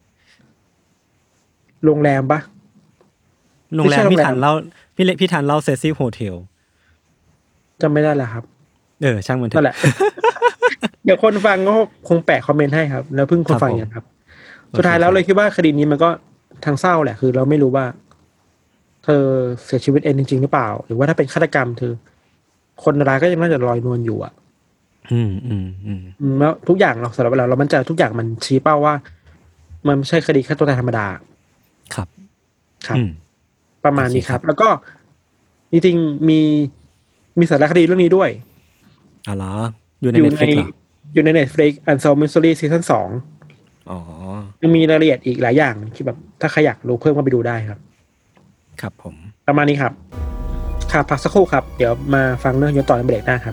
โรงแรมปะโรงแรมพี่ทันเล่าพี่เล็กพี่ทันเล่าเซซี่โฮเทลจำไม่ได้แล้วครับเออช่างมันเถอะนั่นแหละ เดี๋ยวคนฟังก็คงแปะคอมเมนต์ให้ครับแล้วเพิ่งคนฟังกันครับสุดท้ายแล้วเลยคิดว่าคดีนี้มันก็ทางเศร้าแหละคือเราไม่รู้ว่าเธอเสียชีวิตเองจริงๆหรือเปล่าหรือว่าถ้าเป็นฆาตกรรมเธอคนร้ายก็ยังน่าจะลอยนวลอยู่อ่ะอืมอืมอืมแล้วทุกอย่างเราสำหรับเราเรามันจะทุกอย่างมันชี้เป้าว่ามันไม่ใช่คดีฆาตกรรมธรรมดาครับครับประมาณนี้ครับแล้วก็จริงๆมีมีสารคดีเรื่องนี้ด้วยอ๋อเหรออยู่ใน Netflix เหรออยู่ใน Netflix Unsolved Mystery ซีซั่นสองอ๋อยังมีรายละเอียดอีกหลายอย่างที่แบบถ้าใครอยากรู้เพิ่มก็ไปดูได้ครับครับผมประมาณนี้ครับค่ะพักสักครู่ครับเดี๋ยวมาฟังเรื่องย้อนต่อในเบรกหน้าครับ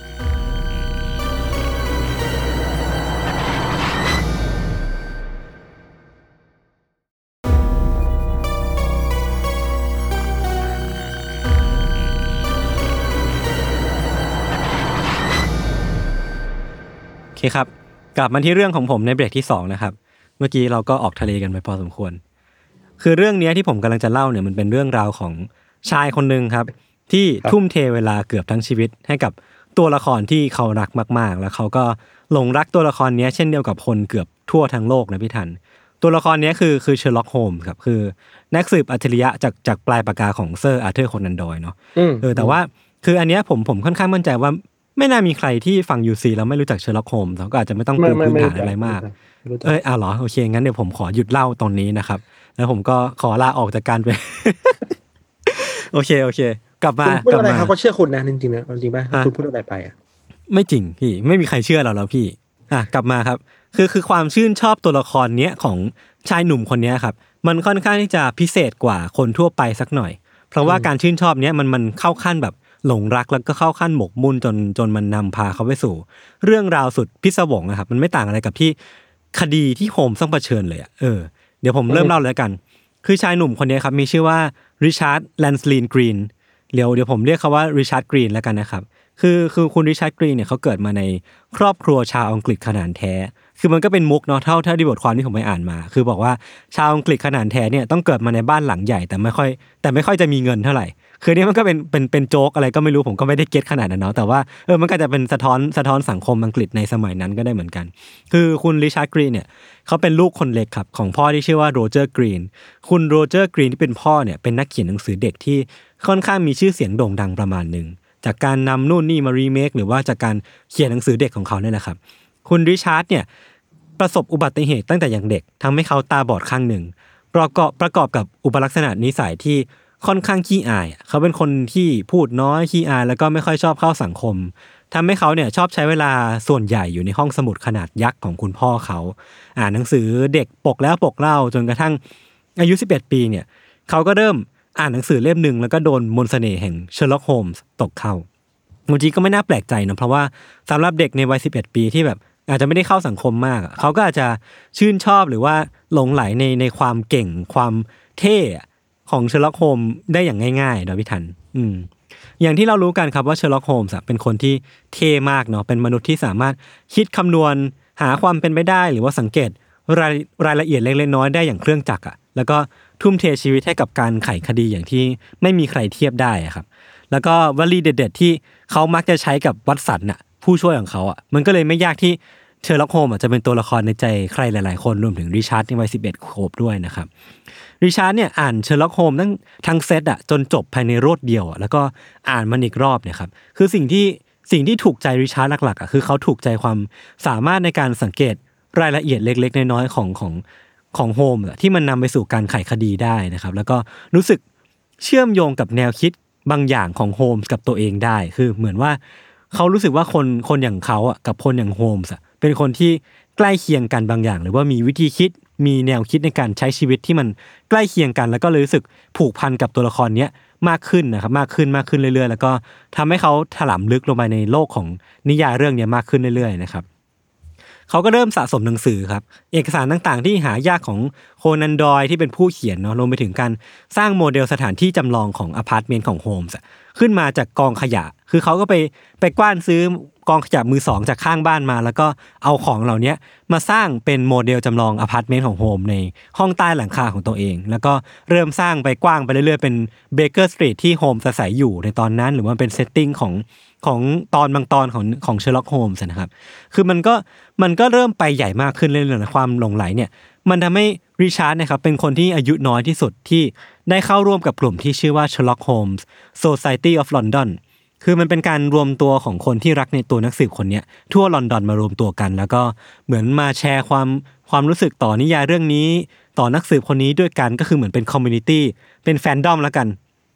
โอเคครับกลับมาที่เรื่องของผมในเบรกที่สองนะครับเมื่อกี้เราก็ออกทะเลกันไปพอสมควรคือเรื่องนี้ที่ผมกำลังจะเล่าเนี่ยมันเป็นเรื่องราวของชายคนนึงครับที่ทุ่มเทเวลาเกือบทั้งชีวิตให้กับตัวละครที่เขารักมากๆแล้วเขาก็หลงรักตัวละครนี้เช่นเดียวกับคนเกือบทั่วทั้งโลกนะพี่ทันตัวละครนี้คือคือเชอร์ล็อกโฮมส์ครับคือนักสืบอัจฉริยะจากจากปลายปากกาของเซอร์อาร์เธอร์โคนันดอยล์เนาะเออแต่ว่าคืออันเนี้ยผมผมค่อนข้างมั่นใจว่าไม่น่ามีใครที่ฟัง ยู ซี แล้วไม่รู้จักเชอร์ล็อกโฮมส์ก็อาจจะไม่ต้องปูพื้นฐานอะไรมากเอออ่ะเหรอโอเคงั้นเดี๋ยวผมขอหยุดเล่าตรงนี้นะครับแล้วผมก็ขอลาออกจากการไป โอเคโอเคกลับมากลับมาเขาก็เชื่อคุณนะจริงๆนะจริงป่ะคุณพูดอะไรไปอ่ะไม่จริงพี่ไม่มีใครเชื่อเราแล้วพี่อ่ะกลับมาครับคือคือความชื่นชอบตัวละครเนี้ยของชายหนุ่มคนนี้ครับมันค่อนข้างที่จะพิเศษกว่าคนทั่วไปสักหน่อยเพราะว่าการชื่นชอบเนี้ยมันมันเข้าขั้นแบบหลงรักแล้วก็เข้าขั้นหมกมุ่นจนจนมันนำพาเขาไปสู่เรื่องราวสุดพิศวงนะครับมันไม่ต่างอะไรกับที่คดีที่โฮมต้องเผชิญเลยอ่ะเออเดี๋ยวผมเริ่มเล่าเลยกันคือชายหนุ่มคนนี้ครับมีชื่อว่าริชาร์ดแลนสลีนกรีนเดี๋ยวเดี๋ยวผมเรียกเขาว่าริชาร์ดกรีนแล้วกันนะครับคือคือคุณริชาร์ดกรีนเนี่ยเขาเกิดมาในครอบครัวชาวอังกฤษขนาดแท้คือมันก็เป็นมุกเนาะเท่าเท่าที่บทความที่ผมไปอ่านมาคือบอกว่าชาวอังกฤษขนาดแท้เนี่ยต้องเกิดมาในบ้านหลังใหญ่แต่ไม่ค่อยแต่ไม่ค่อยจะมีเงินเท่าไหร่คือนี่มันก็เป็นเป็นเป็นโจ๊กอะไรก็ไม่รู้ผมก็ไม่ได้เก็ตขนาดนั้นเนาะแต่ว่าเออมันก็จะเป็นสะท้อนสะท้อนสังคมอังกฤษในสมัยนั้นก็ได้เหมือนกันคือคุณริชาร์ดกรีนเนี่ยเขาเป็นลูกคนเล็กครับของพ่อที่ชื่อว่าโรเจอร์กรีนคุณโรเจอร์กรีนที่เป็นพ่อเนี่ยเป็นนักเขียนหนังสือเด็กที่ค่อนข้างมีชื่อเสียงโด่งดังประมาณนึงจากการนำนู่นนี่มารีเมคหรือว่าจากการเขียนหนังสือเด็กของเขาเนี่ยแหละครับคุณริชาร์ดเนี่ยประสบอุบัติเหตุตั้งแต่อย่างเด็กทำให้เขาตาบอดข้างหนึ่งประกอบประกอบกับอุปลักษณะนิสัยที่ค่อนข้างขี้อายเขาเป็นคนที่พูดน้อยขี้อายแล้วก็ไม่ค่อยชอบเข้าสังคมทำให้เขาเนี่ยชอบใช้เวลาส่วนใหญ่อยู่ในห้องสมุดขนาดยักษ์ของคุณพ่อเขาอ่านหนังสือเด็กปกแล้วปกเล่าจนกระทั่งอายุสิบเอ็ดปีเนี่ยเขาก็เริ่มอ่านหนังสือเล่มนึงแล้วก็โดนมนต์เสน่ห์แห่งเชอร์ล็อกโฮมส์ตกเข้าบางทีก็ไม่น่าแปลกใจนะเพราะว่าสำหรับเด็กในวัยสิบเอ็ดปีที่แบบอาจจะไม่ได้เข้าสังคมมากเขาก็อาจจะชื่นชอบหรือว่าหลงไหลในในความเก่งความเท่ของเชอร์ล็อกโฮมส์ได้อย่างง่ายๆนะพี่ทันอืมอย่างที่เรารู้กันครับว่าเชอร์ล็อกโฮมส์เป็นคนที่เท่มากเนาะเป็นมนุษย์ที่สามารถคิดคำนวณหาความเป็นไปได้หรือว่าสังเกตรายรายละเอียดเล็กๆน้อยๆได้อย่างเครื่องจักรอ่ะแล้วก็ทุ่มเทชีวิตให้กับการไขคดีอย่างที่ไม่มีใครเทียบได้อ่ะครับแล้วก็วลีเด็ดๆที่เขามักจะใช้กับวัตสันน่ะผู้ช่วยของเขาอ่ะมันก็เลยไม่ยากที่เชอร์ล็อกโฮมส์จะเป็นตัวละครในใจใครหลายๆคนรวมถึงริชาร์ดในวัยสิบเอ็ดขวบด้วยนะครับริชาร์ดเนี่ยอ่านเชอร์ล็อกโฮมส์ทั้งทั้งเซตอ่ะจนจบภายในรวดเดียวอ่ะแล้วก็อ่านมันอีกรอบเนี่ยครับคือสิ่งที่สิ่งที่ถูกใจริชาร์ดหลักๆอ่ะคือเขาถูกใจความสามารถในการสังเกตรายละเอียดเล็กๆน้อยๆของของของโฮมส์ที่มันนำไปสู่การไขคดีได้นะครับแล้วก็รู้สึกเชื่อมโยงกับแนวคิดบางอย่างของโฮมส์กับตัวเองได้คือเหมือนว่าเขารู้สึกว่าคนคนอย่างเขาอ่ะกับคนอย่างโฮมส์อ่ะเป็นคนที่ใกล้เคียงกันบางอย่างหรือว่ามีวิธีคิดมีแนวคิดในการใช้ชีวิตที่มันใกล้เคียงกันแล้วก็เลยรู้สึกผูกพันกับตัวละครเนี้ยมากขึ้นนะครับมากขึ้นมากขึ้นเรื่อยๆแล้วก็ทำให้เขาถลำลึกลงไปในโลกของนิยายเรื่องนี้มากขึ้นเรื่อยๆนะครับเขาก็เริ่มสะสมหนังสือครับเอกสารต่างๆที่หายากของโคนันดอยที่เป็นผู้เขียนเนาะรวมไปถึงการสร้างโมเดลสถานที่จำลองของอพาร์ตเมนต์ของโฮมส์ขึ้นมาจากกองขยะคือเขาก็ไปไปกว้านซื้อกองขยะมือสองจากข้างบ้านมาแล้วก็เอาของเหล่านี้มาสร้างเป็นโมเดลจำลองอพาร์ตเมนต์ของโฮมในห้องใต้หลังคาของตัวเองแล้วก็เริ่มสร้างไปกว้างไปเรื่อยๆเป็นเบเกอร์สตรีทที่โฮมอาศัยอยู่ในตอนนั้นหรือว่าเป็นเซตติ้งของของตอนบางตอนของของเชอร์ล็อกโฮมส์นะครับคือมันก็มันก็เริ่มไปใหญ่มากขึ้นเรื่อยๆนะความหลงไหลเนี่ยมันทำให้ริชาร์ดนะครับเป็นคนที่อายุน้อยที่สุดที่ได้เข้าร่วมกับกลุ่มที่ชื่อว่า Sherlock Holmes Society of London คือมันเป็นการรวมตัวของคนที่รักในตัวนักสืบคนนี้ทั่วลอนดอนมารวมตัวกันแล้วก็เหมือนมาแชร์ความความรู้สึกต่อนิยายเรื่องนี้ต่อนักสืบคนนี้ด้วยกันก็คือเหมือนเป็นคอมมูนิตี้เป็นแฟนดอมแล้วกัน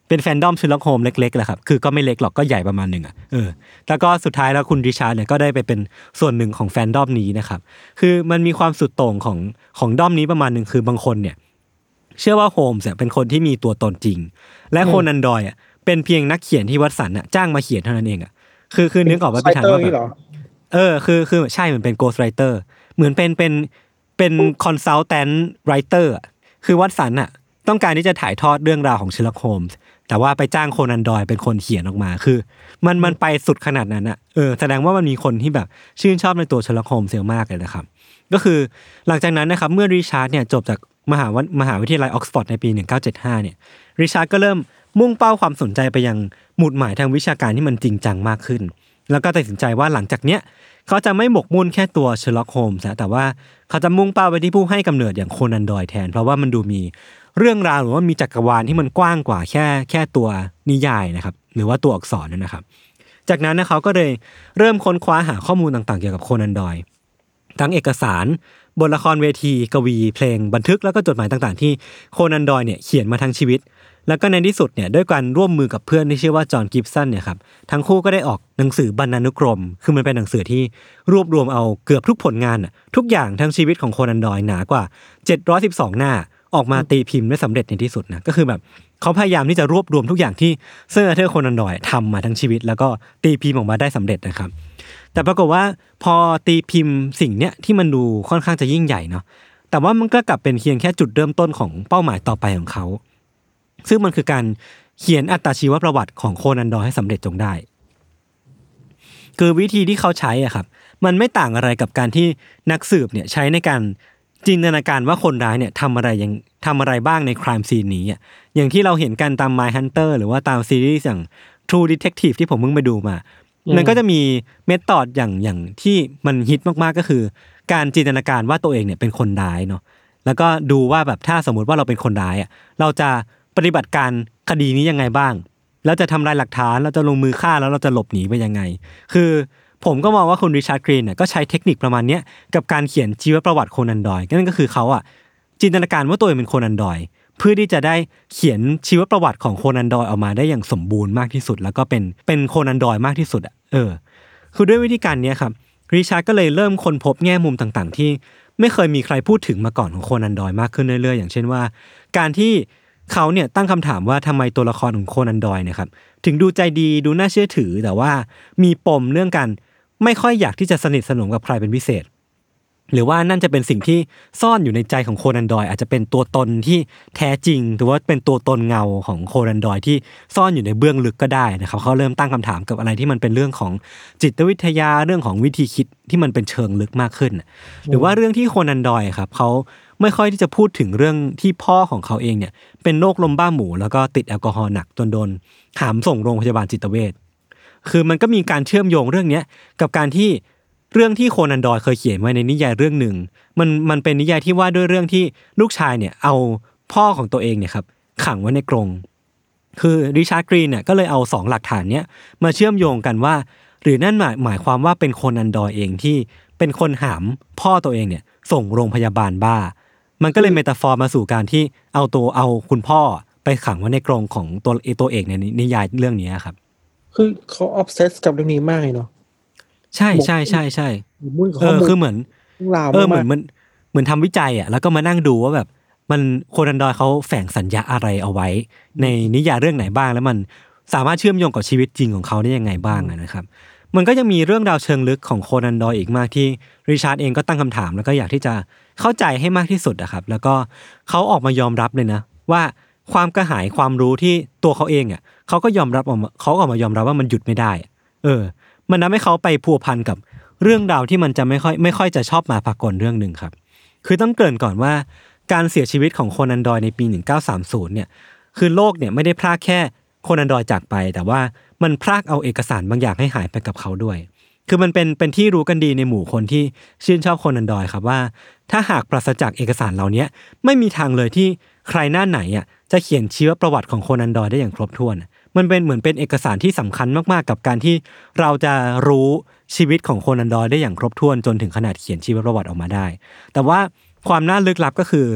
เป็นแฟนดอมเชอร์ล็อกโฮมส์เล็กๆแหละครับคือก็ไม่เล็กหรอกก็ใหญ่ประมาณนึงอ่ะเออแล้วก็สุดท้ายแล้วคุณริชาร์ดเนี่ยก็ได้ไปเป็นส่วนหนึ่งของแฟนดอมนี้นะครับคือมันมีความสุดโต่งของของดอมนี้ประมาณนึงคือบางคนเนี่ยเชื่อว่าโฮมส์เนี่ยเป็นคนที่มีตัวตนจริงและโคนันดอยอ่ะเป็นเพียงนักเขียนที่วัตสันอ่ะจ้างมาเขียนเท่านั้นเองอ่ะคือคือนึกออกว่าพี่ทันว่าแบบเออคือคือใช่เหมือนเป็น Ghost Writer เหมือนเป็นเป็นเป็น Consultant Writer อ่ะคือวัตสันอ่ะต้องการที่จะถ่ายทอดเรื่องราวของเชอร์ล็อกโฮมส์แต่ว่าไปจ้างโคนันดอยเป็นคนเขียนออกมาคือมันมันไปสุดขนาดนั้นอ่ะเออแสดงว่ามันมีคนที่แบบชื่นชอบในตัวเชอร์ล็อกโฮมส์เยอะมากเลยนะครับก็คือหลังจากนั้นนะครับเมื่อริชาร์ดเนี่ยจบจากมหามหาวิทยาลัยออกซฟอร์ดในปีหนึ่งเก้าเจ็ดห้าเนี่ยริชาร์ดก็เริ่มมุ่งเป้าความสนใจไปยังหมุดหมายทางวิชาการที่มันจริงจังมากขึ้นแล้วก็ตัดสินใจว่าหลังจากเนี้ยเขาจะไม่หมกมุ่นแค่ตัวเชอร์ล็อกโฮมส์แต่ว่าเขาจะมุ่งเป้าไปที่ผู้ให้กำเนิดอย่างโคนันดอยแทนเพราะว่ามันดูมีเรื่องราวหรือว่ามีจักรวาลที่มันกว้างกว่าแค่แค่ตัวนิยายนะครับหรือว่าตัวอักษรนั่นนะครับจากนั้นนะเขาก็เลยเริ่มค้นคว้าหาข้อมูลต่างๆเกี่ยวกับโคนันดอยทั้งเอกสารบทละครเวทีกวีเพลงบันทึกแล้วก็จดหมายต่างๆที่โคนันดอยเนี่ยเขียนมาทั้งชีวิตแล้วก็ในที่สุดเนี่ยด้วยการร่วมมือกับเพื่อนที่ชื่อว่าจอห์นกิฟสันเนี่ยครับทั้งคู่ก็ได้ออกหนังสือบรรณานุกรมคือมันเป็นหนังสือที่รวบรวมเอาเกือบทุกผลงานน่ะทุกอย่างทั้งชีวิตของโคนันดอยหนากว่าเจ็ดร้อยสิบสองหน้าออกมาตีพิมพ์ได้สำเร็จในที่สุดนะก็คือแบบเขาพยายามที่จะรวบรวมทุกอย่างที่เซอร์อาร์เธอร์โคนันดอยทำมาทั้งชีวิตแล้วก็ตีพิมพ์ออกมาได้สำเร็จนะครับแต่ปรากฏว่าพอตีพิมพ์สิ่งเนี้ยที่มันดูค่อนข้างจะยิ่งใหญ่เนาะแต่ว่ามันก็กลับเป็นเพียงแค่จุดเริ่มต้นของเป้าหมายต่อไปของเขาซึ่งมันคือการเขียนอัตชีวประวัติของโคนันดอยให้สำเร็จจงได้คือวิธีที่เขาใช้อ่ะครับมันไม่ต่างอะไรกับการที่นักสืบเนี่ยใช้ในการจินตนาการว่าคนร้ายเนี่ยทำอะไรยังทำอะไรบ้างใน crime scene นี้อ่ะอย่างที่เราเห็นกันตาม Mindhunter หรือว่าตามซีรีส์อย่าง True Detective ที่ผมเพิ่งไปดูมามันก็จะมีเมธอดอย่างอย่างที่มันฮิตมากๆก็คือการจินตนาการว่าตัวเองเนี่ยเป็นคนร้ายเนาะแล้วก็ดูว่าแบบถ้าสมมุติว่าเราเป็นคนร้ายอ่ะเราจะปฏิบัติการคดีนี้ยังไงบ้างแล้วจะทำลายหลักฐานเราจะลงมือฆ่าแล้วเราจะหลบหนีไปยังไงคือผมก็มองว่าคุณริชาร์ดกรีนเนี่ยก็ใช้เทคนิคประมาณนี้กับการเขียนชีวประวัติโคนันดอยนั่นก็คือเขาอ่ะจินตนาการว่าตัวเองเป็นโคนันดอยเพื่อที่จะได้เขียนชีวประวัติของโคนันดอยออกมาได้อย่างสมบูรณ์มากที่สุดแล้วก็เป็นเป็นโคนันดอยมากที่สุดอ่ะเออคือด้วยวิธีการนี้ครับริชาร์ดก็เลยเริ่มค้นพบแง่มุมต่างๆที่ไม่เคยมีใครพูดถึงมาก่อนของโคนันดอยมากขึ้นเรื่อยๆอย่างเช่นว่าการที่เขาเนี่ยตั้งคำถามว่าทำไมตัวละครของโคนันดอยเนี่ยครับถึงดูใจดีดูน่าเชื่อถือแต่ว่ามีปมเรื่องการไม่ค่อยอยากที่จะสนิทสนมกับใครเป็นพิเศษหรือว่านั่นจะเป็นสิ่งที่ซ่อนอยู่ในใจของโคนันดอยอาจจะเป็นตัวตนที่แท้จริงหรือว่าเป็นตัวตนเงาของโคนันดอยที่ซ่อนอยู่ในเบื้องลึกก็ได้นะครับเขาเริ่มตั้งคำถามกับอะไรที่มันเป็นเรื่องของจิตวิทยาเรื่องของวิธีคิดที่มันเป็นเชิงลึกมากขึ้นหรือว่าเรื่องที่โคนันดอยครับเขาไม่ค่อยที่จะพูดถึงเรื่องที่พ่อของเขาเองเนี่ยเป็นโรคลมบ้าหมูแล้วก็ติดแอลกอฮอล์หนักจนโดนหามส่งโรงพยาบาลจิตเวชคือมันก็มีการเชื่อมโยงเรื่องนี้กับการที่เรื่องที่โคนันดอยเคยเขียนไว้ในนิยายเรื่องหนึ่งมันมันเป็นนิยายที่ว่าด้วยเรื่องที่ลูกชายเนี่ยเอาพ่อของตัวเองเนี่ยครับขังไว้ในกรงคือริชาร์ดกรีนเนี่ยก็เลยเอาสองหลักฐานเนี้ยมาเชื่อมโยงกันว่าหรือนั่นหมายหมายความว่าเป็นโคนันดอยเองที่เป็นคนหามพ่อตัวเองเนี่ยส่งโรงพยาบาลบ้ามันก็เลยเมตาฟอร์มาสู่การที่เอาตัวเอาคุณพ่อไปขังไว้ในกรงของตัวตัวเอกในนิยายเรื่องนี้ครับคือเขาออฟเซสกับเรื่องนี้มากเลยเนาะใช่ใช่ใช่ใช่เออคือเหมือนเออเหมือนมันเหมือนทำวิจัยอ่ะแล้วก็มานั่งดูว่าแบบมันโคนันดอยเขาแฝงสัญญาอะไรเอาไว้ในนิยายเรื่องไหนบ้างแล้วมันสามารถเชื่อมโยงกับชีวิตจริงของเขาได้ยังไงบ้างนะครับมันก็ยังมีเรื่องราวเชิงลึกของโคนันดอยอีกมากที่ริชาร์ดเองก็ตั้งคำถามแล้วก็อยากที่จะเข้าใจให้มากที่สุดอะครับแล้วก็เขาออกมายอมรับเลยนะว่าความกระหายความรู้ที่ตัวเขาเองอ่ะเขาก็ยอมรับออกมาเขาออกมายอมรับว่ามันหยุดไม่ได้เออมันทำให้เขาไปพัวพันกับเรื่องราวที่มันจะไม่ค่อยไม่ค่อยจะชอบมาพากลเรื่องนึงครับคือต้องเกริ่นก่อนว่าการเสียชีวิตของโคนันดอยในปีหนึ่งเก้าสามศูนย์เนี่ยคือโลกเนี่ยไม่ได้พรากแค่โคนันดอยจากไปแต่ว่ามันพรากเอาเอกสารบางอย่างให้หายไปกับเขาด้วยคือมันเป็นเป็นที่รู้กันดีในหมู่คนที่ชื่นชอบโคนันดอยครับว่าถ้าหากปราศจากเอกสารเหล่านี้ไม่มีทางเลยที่ใครหน้าไหนอ่ะจะเขียนชีวประวัติของโคนันดอยได้อย่างครบถ้วนมันเป็นเหมือนเป็นเอกสารที่สำคัญมากๆกับการที่เราจะรู้ชีวิตของโคนันดอยได้อย่างครบถ้วนจนถึงขนาดเขียนชีวประวัติออกมาได้แต่ว่าความน่าลึกลับก็คือ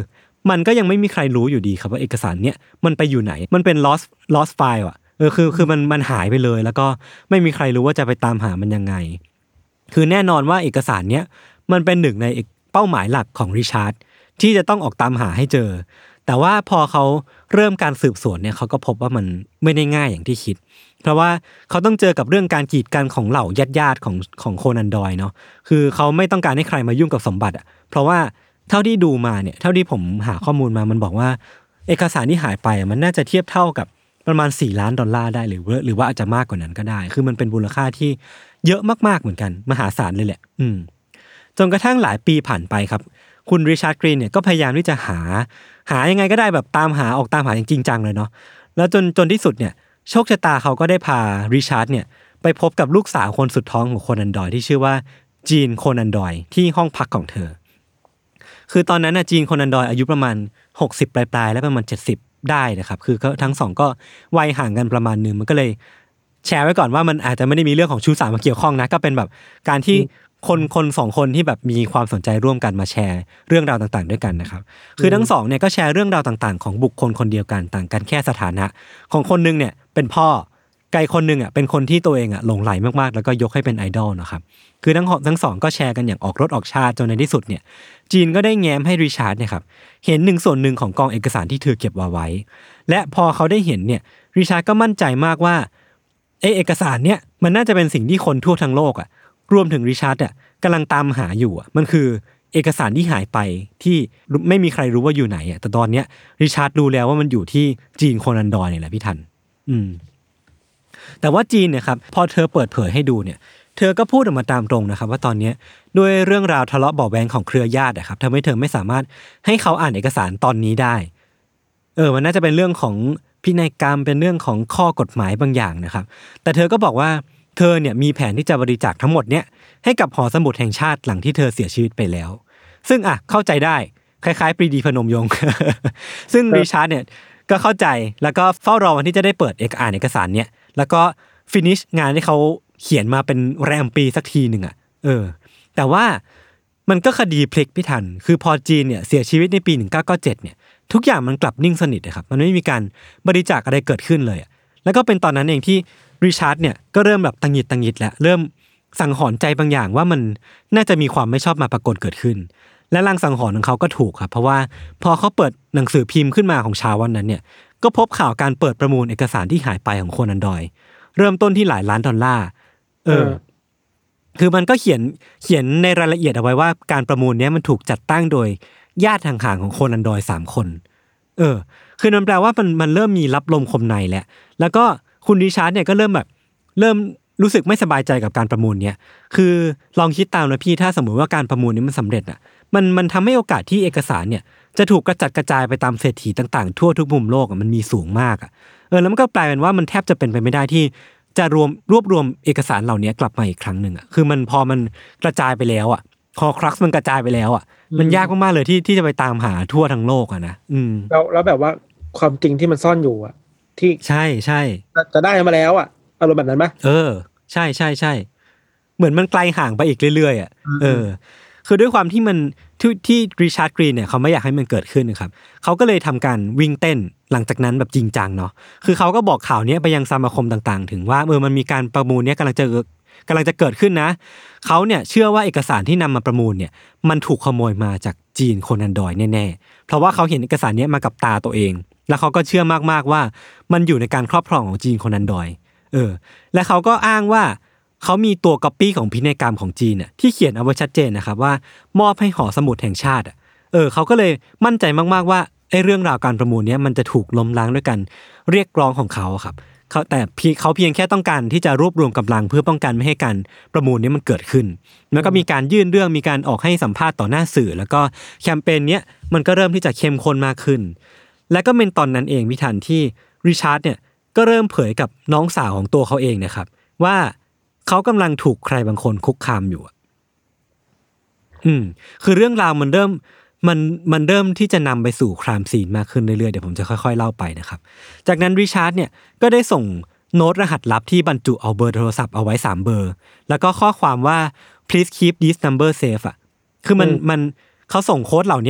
มันก็ยังไม่มีใครรู้อยู่ดีครับว่าเอกสารเนี้ยมันไปอยู่ไหนมันเป็น lost lost file อ่ะเออคือคือมันมันหายไปเลยแล้วก็ไม่มีใครรู้ว่าจะไปตามหามันยังไงคือแน่นอนว่าเอกสารเนี้ยมันเป็นหนึ่งในเป้าหมายหลักของริชาร์ดที่จะต้องออกตามหาให้เจอแต่ว่าพอเขาเริ่มการสืบสวนเนี่ยเขาก็พบว่ามันไม่ได้ง่ายอย่างที่คิดเพราะว่าเขาต้องเจอกับเรื่องการกีดกันของเหล่าญาติๆของของโคนันดอยเนาะคือเขาไม่ต้องการให้ใครมายุ่งกับสมบัติอ่ะเพราะว่าเท่าที่ดูมาเนี่ยเท่าที่ผมหาข้อมูลมามันบอกว่าเอกสารที่หายไปมันน่าจะเทียบเท่ากับประมาณสี่ล้านดอลลาร์ได้หรือหรือว่าอาจจะมากกว่านั้นก็ได้คือมันเป็นมูลค่าที่เยอะมากๆเหมือนกันมหาศาลเลยแหละอืมจนกระทั่งหลายปีผ่านไปครับคุณริชาร์ดกรีนเนี่ยก็พยายามที่จะหาหายังไงก็ได้แบบตามหาออกตามหาจริงจังเลยเนาะแล้วจนจนที่สุดเนี่ยโชคชะตาเขาก็ได้พาริชาร์ดเนี่ยไปพบกับลูกสาวคนสุดท้องของโคนันดอยที่ชื่อว่าจีนโคนันดอยที่ห้องพักของเธอคือตอนนั้นน่ะจีนโคนันดอยอายุประมาณหกสิบปลายๆและประมาณเจ็ดสิบได้นะครับคือก็ทั้งสองก็วัยห่างกันประมาณนึงมันก็เลยแชร์ไว้ก่อนว่ามันอาจจะไม่ได้มีเรื่องของชู้สาวมาเกี่ยวข้องนะก็เป็นแบบการที่คนคนสองคนที่แบบมีความสนใจร่วมกันมาแชร์เรื่องราวต่างๆด้วยกันนะครับคือทั้งสองเนี่ยก็แชร์เรื่องราวต่างๆของบุคคลคนเดียวกันต่างกันแค่สถานะของคนนึงเนี่ยเป็นพ่อไกลคนนึงอ่ะเป็นคนที่ตัวเองอ่ะหลงใหลมากๆแล้วก็ยกให้เป็นไอดอลนะครับคือทั้งทั้งสองก็แชร์กันอย่างออกรถออกชาติจนในที่สุดเนี่ยจีนก็ได้แง้มให้ริชาร์ดเนี่ยครับเห็นหนึ่งส่วนหนึ่งของกองเอกสารที่เธอเก็บไว้และพอเขาได้เห็นเนี่ยริชาร์ดก็มั่นใจมากว่าไอ้เอกสารเนี่ยมันน่าจะเป็นสิ่งที่คนทั่วทั้งโลกอ่ะรวมถึงริชาร์ดอ่ะกำลังตามหาอยู่อ่ะมันคือเอกสารที่หายไปที่ไม่มีใครรู้ว่าอยู่ไหนอ่ะแต่ตอนเนี้ยริชาร์ดรู้แล้วว่ามันอยู่ที่จีนโคนันดอยเนี่ยแหละพี่ทันอืมแต่ว่าจีนเนี่ยครับพอเธอเปิดเผยให้ดูเนี่ยเธอก็พูดออกมาตามตรงนะครับว่าตอนนี้ด้วยเรื่องราวทะเลาะเบาะแว้งของเครือญาตินะครับทำให้เธอไม่สามารถให้เขาอ่านเอกสารตอนนี้ได้เออมันน่าจะเป็นเรื่องของพินัยกรรมเป็นเรื่องของข้อกฎหมายบางอย่างนะครับแต่เธอก็บอกว่าเธอเนี่ยมีแผนที่จะบริจาคทั้งหมดเนี่ยให้กับหอสมุดแห่งชาติหลังที่เธอเสียชีวิตไปแล้วซึ่งอ่ะเข้าใจได้คล้ายๆปรีดีพนมยงค์ ซึ่งริชาร์ดเนี่ยก็เข้าใจแล้วก็เฝ้ารอวันที่จะได้เปิดเอกอ่านเอกสารเนี่ยแล้วก็ฟินิชงานที่เขาเขียนมาเป็นแรมปีสักทีหนึ่งอ่ะเออแต่ว่ามันก็คดีพลิกพี่ทันคือพอจีนเนี่ยเสียชีวิตในปีหนึ่งเก้าเก้าเจ็ดเนี่ยทุกอย่างมันกลับนิ่งสนิทนะครับมันไม่มีการบริจาคอะไรเกิดขึ้นเลยแล้วก็เป็นตอนนั้นเองที่ริชาร์ดเนี่ยก็เริ่มแบบตังหิดตังหิดแล้วเริ่มสังหรณ์ใจบางอย่างว่ามันน่าจะมีความไม่ชอบมาปรากฏเกิดขึ้นและลางสังหรณ์ของเขาก็ถูกครับเพราะว่าพอเขาเปิดหนังสือพิมพ์ขึ้นมาของเช้าวันนั้นเนี่ยก็พบข่าวการเปิดประมูลเอกสารที่หายไปของโคนันดอยเริ่มต้นที่หลายล้านดอลลาร์เออคือมันก็เขียนเขียนในรายละเอียดเอาไว้ว่าการประมูลนี้มันถูกจัดตั้งโดยญาติห่างๆของโคนันดอยสามคนเออคือมันแปลว่ามันมันเริ่มมีรับลมคมในแล้วแล้วก็คุณริชาร์ดเนี่ยก็เริ่มแบบเริ่มรู้สึกไม่สบายใจกับการประมูลเนี่ยคือลองคิดตามนะพี่ถ้าสมมุติว่าการประมูลนี้มันสำเร็จอ่ะมันมันทำให้โอกาสที่เอกสารเนี่ยจะถูกกระจัดกระจายไปตามเศรษฐีต่างๆทั่วทุกมุมโลกอ่ะมันมีสูงมากอ่ะเออแล้วมันก็กลายเป็นว่ามันแทบจะเป็นไปไม่ได้ที่จะรวมรวบรวมเอกสารเหล่านี้กลับมาอีกครั้งนึงอ่ะคือมันพอมันกระจายไปแล้วอ่ะพอครักมันกระจายไปแล้วอ่ะมันยากมากๆเลยที่ที่จะไปตามหาทั่วทั้งโลกอ่ะนะอืมแล้วแล้วแบบว่าความจริงที่มันซ่อนอยู่อ่ะที่ใช่ใช่จะได้มาแล้วอ่ะอารมณ์แบบนั้นป่ะเออใช่ใช่ใช่เหมือนมันไกลห่างไปอีกเรื่อยๆอ่ะเออคือด้วยความที่มันที่ที่ริชาร์ดกรีนเนี่ยเขาไม่อยากให้มันเกิดขึ้นนะครับเขาก็เลยทำการวิ่งเต้นหลังจากนั้นแบบจริงจังเนาะคือเขาก็บอกข่าวนี้ไปยังสมาคมต่างๆถึงว่าเออมันมีการประมูลเนี้ยกำลังจะกำลังจะเกิดขึ้นนะเขาเนี่ยเชื่อว่าเอกสารที่นำมาประมูลเนี่ยมันถูกขโมยมาจากจีนโคนันดอยแน่ๆเพราะว่าเขาเห็นเอกสารนี้มากับตาตัวเองแล้วเขาก็เชื่อมากๆว่ามันอยู่ในการครอบครองของจีนโคนันดอยเออและเขาก็อ้างว่าเขามีตัวก๊อปปี้ของพินัยกรรมของจีนน่ะที่เขียนเอาไว้ชัดเจนนะครับว่ามอบให้หอสมุดแห่งชาติเออเขาก็เลยมั่นใจมากๆว่าไอ้เรื่องราวการประมูลเนี้ยมันจะถูกล้มล้างด้วยกันเรียกร้องของเขาครับเขาแต่เขาเพียงแค่ต้องการที่จะรวบรวมกำลังเพื่อป้องกันไม่ให้การประมูลนี้มันเกิดขึ้นแล้วก็มีการยื่นเรื่องมีการออกให้สัมภาษณ์ต่อหน้าสื่อแล้วก็แคมเปญเนี้ยมันก็เริ่มที่จะเข้มข้นมากขึ้นและก็เป็นตอนนั้นเองพี่ทันที่ริชาร์ดเนี่ยก็เริ่มเผยกับน้องสาวของตัวเขาเองนะครับว่าเขากำลังถูกใครบางคนคุกคามอยู่อืมคือเรื่องราวมันเริ่มมันมันเริ่มที่จะนำไปสู่ครามซีนมากขึ้นเรื่อยๆเดี๋ยวผมจะค่อยๆเล่าไปนะครับจากนั้นริชาร์ดเนี่ยก็ได้ส่งโน้ตรหัสลับที่บรรจุเอาเบอร์โทรศัพท์เอาไว้สามเบอร์แล้วก็ข้อความว่า please keep this number safe อ่ะคือมันมันเขาส่งโค้ดเหล่านี้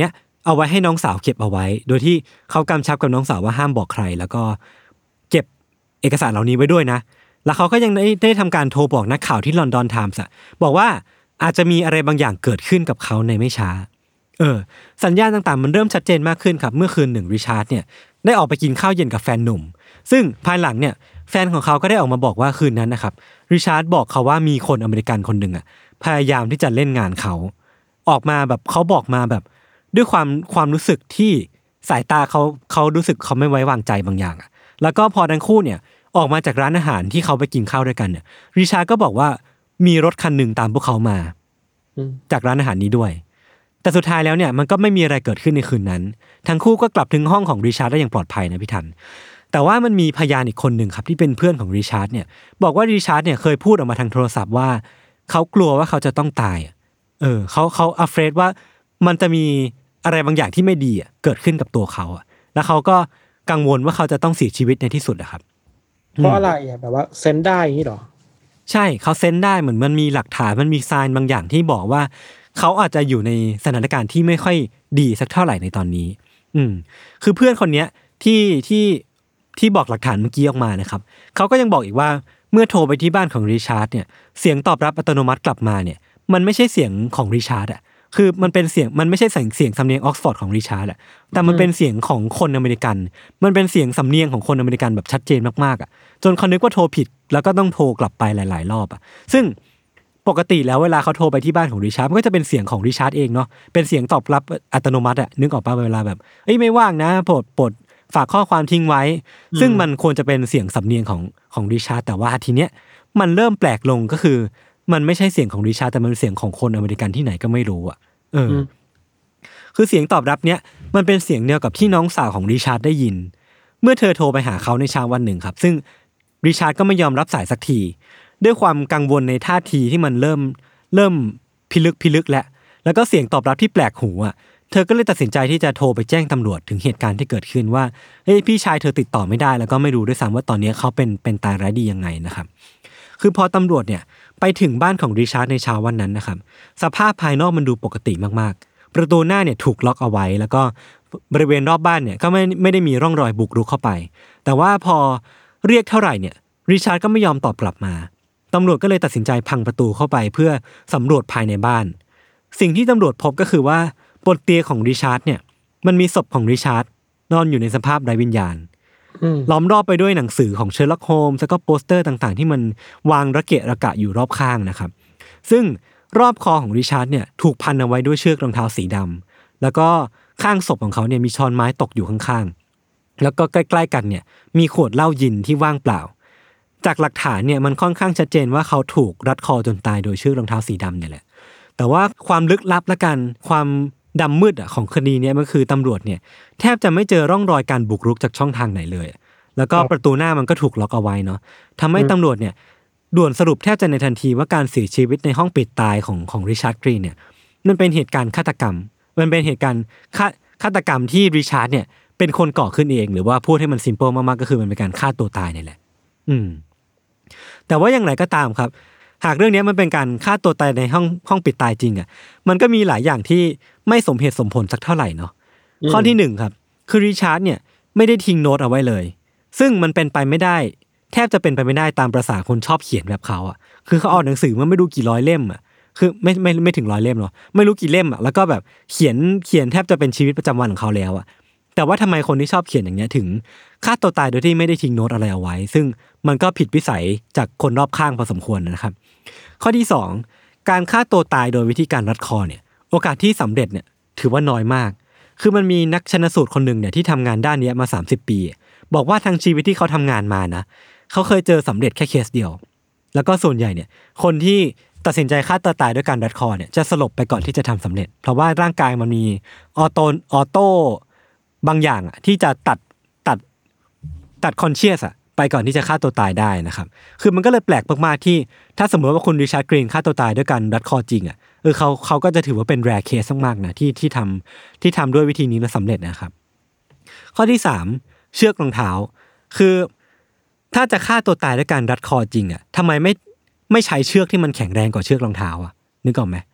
เอาไว้ให้น้องสาวเก็บเอาไว้โดยที่เขากำชับกับน้องสาวว่าห้ามบอกใครแล้วก็เก็บเอกสารเหล่านี้ไว้ด้วยนะแล้วเขาก็ยังได้ได้ทำการโทรบอกนักข่าวที่ลอนดอนไทมส์อ่ะบอกว่าอาจจะมีอะไรบางอย่างเกิดขึ้นกับเขาในไม่ช้าเออสัญญาณต่างๆมันเริ่มชัดเจนมากขึ้นครับเมื่อคืนหนึ่งริชาร์ดเนี่ยได้ออกไปกินข้าวเย็นกับแฟนหนุ่มซึ่งภายหลังเนี่ยแฟนของเขาก็ได้ออกมาบอกว่าคืนนั้นนะครับริชาร์ดบอกเขาว่ามีคนอเมริกันคนหนึ่งอ่ะพยายามที่จะเล่นงานเขาออกมาแบบเขาบอกมาแบบด้วยความความรู้สึกที่สายตาเขาเขารู้สึกเขาไม่ไว้วางใจบางอย่างอ่ะแล้วก็พอทั้งคู่เนี่ยออกมาจากร้านอาหารที่เขาไปกินข้าวด้วยกันเนี่ยริชาร์ดก็บอกว่ามีรถคันหนึ่งตามพวกเขามาจากร้านอาหารนี้ด้วยแต่สุดท้ายแล้วเนี่ยมันก็ไม่มีอะไรเกิดขึ้นในคืนนั้นทั้งคู่ก็กลับถึงห้องของริชาร์ดได้อย่างปลอดภัยนะพี่ทันแต่ว่ามันมีพยานอีกคนหนึ่งครับที่เป็นเพื่อนของริชาร์ดเนี่ยบอกว่าริชาร์ดเนี่ยเคยพูดออกมาทางโทรศัพท์ว่าเขากลัวว่าเขาจะต้องตายเออเขาเขาอัฟเฟรดว่ามันจะมีอะไรบางอย่างที่ไม่ดีเกิดขึ้นกับตัวเขาแล้วเขาก็กังวลว่าเขาจะต้องเสียชีวิตในที่สุดนะครับเพราะอะไรอ่ะแบบว่าเซนได้อย่างนี้หรอใช่เขาเซนได้เหมือนมันมีหลักฐานมันมีไซน์บางอย่างที่บอกว่าเขาอาจจะอยู่ในสถานการณ์ที่ไม่ค่อยดีสักเท่าไหร่ในตอนนี้อืมคือเพื่อนคนเนี้ยที่ที่ที่บอกหลักฐานเมื่อกี้ออกมานะครับเขาก็ยังบอกอีกว่าเมื่อโทรไปที่บ้านของริชาร์ดเนี่ยเสียงตอบรับอัตโนมัติกลับมาเนี่ยมันไม่ใช่เสียงของริชาร์ดอ่ะคือมันเป็นเสียงมันไม่ใช่เสียงเสียงสำเนียงออกซฟอร์ดของริชาร์ดอ่ะแต่มันเป็นเสียงของคนอเมริกันมันเป็นเสียงสำเนียงของคนอเมริกันแบบชัดเจนมากๆอ่ะจนเขานึกว่าโทรผิดแล้วก็ต้องโทรกลับไปหลายๆรอบอ่ะซึ่งปกติแล้วเวลาเขาโทรไปที่บ้านของริชาร์ดมันก็จะเป็นเสียงของริชาร์ดเองเนาะเป็นเสียงตอบรับอัตโนมัติอ่ะนึกออกป่ะเวลาแบบเอ้ยไม่ว่างนะโปรดโปรดฝากข้อความทิ้งไว้ซึ่งมันควรจะเป็นเสียงสำเนียงของของริชาร์ดแต่ว่าทีเนี้ยมันเริ่มแปลกลงก็คือมันไม่ใช่เสียงของริชาร์ดแต่มันเป็นเสียงของคนอเมริกันที่ไหนก็ไม่รู้อ่ะเออคือเสียงตอบรับเนี้ยมันเป็นเสียงเดียวกับที่น้องสาวของริชาร์ดได้ยินเมื่อเธอโทรไปหาเขาในเช้าวันหนึ่งครับซึ่งริชาร์ดก็ไม่ยอมรับสายสักทีด้วยความกังวลในท่าทีที่มันเริ่มเริ่มพิลึกพิลึกแล้วแล้วก็เสียงตอบรับที่แปลกหูอ่ะเธอก็เลยตัดสินใจที่จะโทรไปแจ้งตำรวจถึงเหตุการณ์ที่เกิดขึ้นว่าเฮ้ยพี่ชายเธอติดต่อไม่ได้แล้วก็ไม่รู้ด้วยซ้ำว่าตอนนี้เขาเป็นเป็นตายร้ายดียังไงนะครับคือพอตำรวจเนี่ยไปถึงบ้านของริชาร์ดในเช้าวันนั้นนะครับสภาพภายนอกมันดูปกติมากๆประตูหน้าเนี่ยถูกล็อกเอาไว้แล้วก็บริเวณรอบบ้านเนี่ยก็ไม่ไม่ได้มีร่องรอยบุกรุกเข้าไปแต่ว่าพอเรียกเท่าไหร่เนี่ยริชาร์ดก็ไม่ยอมตอบกลับมาตำรวจก็เลยตัดสินใจพังประตูเข้าไปเพื่อสำรวจภายในบ้านสิ่งที่ตำรวจพบก็คือว่าบนเตียงของริชาร์ดเนี่ยมันมีศพของริชาร์ดนอนอยู่ในสภาพไร้วิญญาณล้อมรอบไปด้วยหนังสือของเชอร์ล็อกโฮมส์แล้วก็โปสเตอร์ต่างๆที่มันวางระเกะระกะอยู่รอบข้างนะครับซึ่งรอบคอของริชาร์ดเนี่ยถูกพันเอาไว้ด้วยเชือกรองเท้าสีดำแล้วก็ข้างศพของเขาเนี่ยมีช้อนไม้ตกอยู่ข้างๆแล้วก็ใกล้ๆกันเนี่ยมีขวดเหล้ายินที่ว่างเปล่าจากหลักฐานเนี่ยมันค่อนข้างชัดเจนว่าเขาถูกรัดคอจนตายโดยเชือกรองเท้าสีดำเนี่ยแหละแต่ว่าความลึกลับละกันความดำมืดอ่ะของคดีนี้มันคือตำรวจเนี่ยแทบจะไม่เจอร่องรอยการบุกรุกจากช่องทางไหนเลยแล้วก็ประตูหน้ามันก็ถูกล็อกเอาไว้เนาะทำให้ตำรวจเนี่ยด่วนสรุปแทบจะในทันทีว่าการเสียชีวิตในห้องปิดตายของของริชาร์ดกรีนเนี่ยมันเป็นเหตุการณ์ฆาตกรรมมันเป็นเหตุการณ์ฆาฆาตกรรมที่ริชาร์ดเนี่ยเป็นคนก่อขึ้นเองหรือว่าพูดให้มันซิมเปิลมากๆก็คือมันเป็นการฆ่าตัวตายนี่แหละอืมแต่ว่าอย่างไรก็ตามครับหากเรื่องนี้มันเป็นการฆ่าตัวตายในห้องห้องปิดตายจริงอ่ะมันก็มีหลายอย่างที่ไม่สมเหตุสมผลสักเท่าไหร่เนาะข้อที่หนึ่งครับคือริชาร์ดเนี่ยไม่ได้ทิ้งโน้ตเอาไว้เลยซึ่งมันเป็นไปไม่ได้แทบจะเป็นไปไม่ได้ตามประสาคนชอบเขียนแบบเขาอ่ะคือเขาออกหนังสือมันไม่รู้กี่ร้อยเล่มอ่ะคือไม่ไม่ไม่ถึงร้อยเล่มหรอกไม่รู้กี่เล่มอ่ะแล้วก็แบบเขียนเขียนแทบจะเป็นชีวิตประจำวันของเขาแล้วอ่ะแต่ว่าทำไมคนที่ชอบเขียนอย่างเงี้ยถึงฆ่าตัวตายโดยที่ไม่ได้ทิ้งโน้ตอะไรเอาไว้ซึ่งมันก็ผิดวิสัยจากคนรอบข้างพอสมควรนะครับข้อที่สองการฆ่าตัวตายโดยวิธีการรัดคอเนี่ยโอกาสที่สำเร็จเนี่ยถือว่าน้อยมากคือมันมีนักชันสูตรคนหนึ่งเนี่ยที่ทำงานด้านนี้มาสามสิบปีบอกว่าทั้งชีวิตที่เขาทำงานมานะเขาเคยเจอสำเร็จแค่เคสเดียวแล้วก็ส่วนใหญ่เนี่ยคนที่ตัดสินใจฆ่าตัวตายด้วยการรัดคอเนี่ยจะสลบไปก่อนที่จะทำสำเร็จเพราะว่าร่างกายมันมีออโตออโต้บางอย่างอ่ะที่จะตัดตัดตัดคอนเชียสอ่ะไปก่อนที่จะฆ่าตัวตายได้นะครับคือมันก็เลยแปลกมากๆที่ถ้าสมมติว่าคุณริชาร์ดกรีนฆ่าตัวตายด้วยการรัดคอจริงอ่ะเออเขาเขาก็จะถือว่าเป็นแรร์เคสมากๆนะที่ที่ทำที่ทำด้วยวิธีนี้แล้วสำเร็จนะครับข้อที่สามเชือกรองเท้าคือถ้าจะฆ่าตัวตายด้วยการรัดคอจริงอ่ะทำไมไม่ไม่ใช้เชือกที่มันแข็งแรงกว่าเชือกรองเท้าอ่ะนึกออกไหม